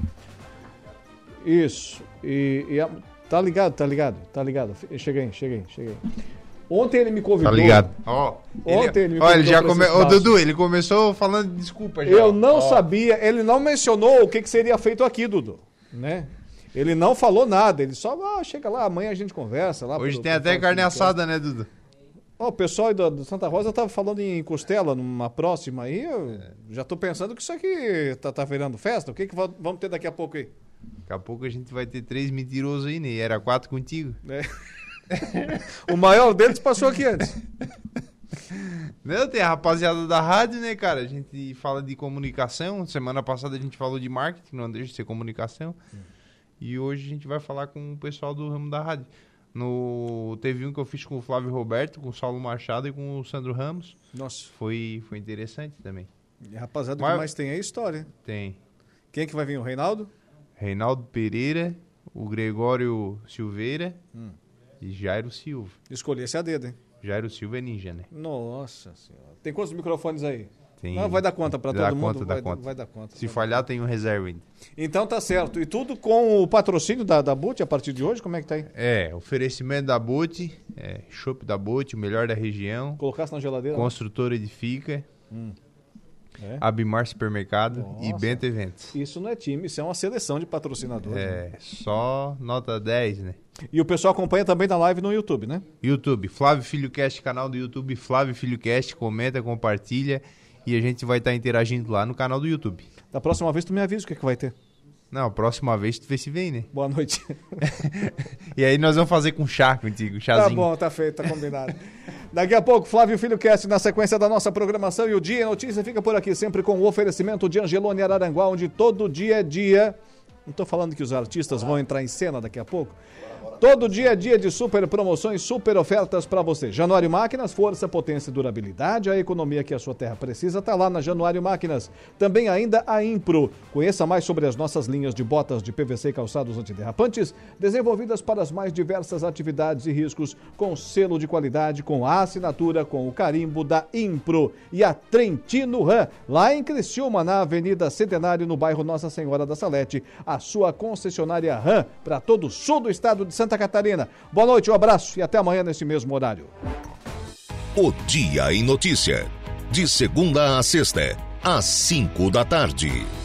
Isso. Tá ligado. Cheguei. Ontem ele me convidou. Tá ligado. Ontem ele me convidou. Ele já começou. Dudu, ele começou falando de desculpa já. Eu não sabia, ele não mencionou o que seria feito aqui, Dudu, né? Ele não falou nada, ele só, chega lá, amanhã a gente conversa lá. Hoje tem até carne assada, né, Dudu? O pessoal do Santa Rosa tava falando em costela numa próxima aí, eu já tô pensando que isso aqui tá virando festa. O que vamos ter daqui a pouco aí? Daqui a pouco a gente vai ter 3 mentirosos aí, né? Era 4 contigo. O maior deles passou aqui antes. Não, tem a rapaziada da rádio, né, cara? A gente fala de comunicação. Semana passada a gente falou de marketing, não deixa de ser comunicação. E hoje a gente vai falar com o pessoal do ramo da rádio. Teve um que eu fiz com o Flávio Roberto, com o Saulo Machado e com o Sandro Ramos. Nossa. Foi interessante também. E rapaziada, o que mais tem é história. Tem. Quem é que vai vir? O Reinaldo? Reinaldo Pereira, o Gregório Silveira e Jairo Silva. Escolhi esse a dedo, hein? Jairo Silva é ninja, né? Nossa senhora. Tem quantos microfones aí? Tem. Não, vai dar conta para todo mundo? Vai dar conta. Se falhar, tem um reserva ainda. Então tá certo. E tudo com o patrocínio da Boot a partir de hoje? Como é que tá aí? Oferecimento da Boot, chopp da Boot, o melhor da região. Colocasse na geladeira? Construtora Edifica. Abimar Supermercado. Nossa. E Bento Eventos. Isso não é time, isso é uma seleção de patrocinadores. Só nota 10, né? E o pessoal acompanha também na live no YouTube, né? YouTube, Flávio Filho Cast, canal do YouTube, Flávio Filho Cast, comenta, compartilha e a gente vai estar interagindo lá no canal do YouTube. Da próxima vez tu me avisa o que vai ter. Não, próxima vez tu vê se vem, né? Boa noite. E aí nós vamos fazer com chá contigo, chazinho. Tá bom, tá feito, tá combinado. Daqui a pouco, Flávio Filho Cast na sequência da nossa programação e o Dia em Notícia fica por aqui, sempre com o oferecimento de Angelone Araranguá, onde todo dia é dia. Não tô falando que os artistas vão entrar em cena daqui a pouco. Todo dia é dia de super promoções, super ofertas para você. Januário Máquinas, força, potência e durabilidade. A economia que a sua terra precisa está lá na Januário Máquinas. Também ainda a Impro. Conheça mais sobre as nossas linhas de botas de PVC e calçados antiderrapantes, desenvolvidas para as mais diversas atividades e riscos, com selo de qualidade, com a assinatura, com o carimbo da Impro. E a Trentino Ram, lá em Criciúma, na Avenida Centenário, no bairro Nossa Senhora da Salete, a sua concessionária Ram para todo o sul do estado de Santa Catarina. Boa noite, um abraço e até amanhã nesse mesmo horário. O Dia em Notícia. De segunda a sexta, às 5 da tarde.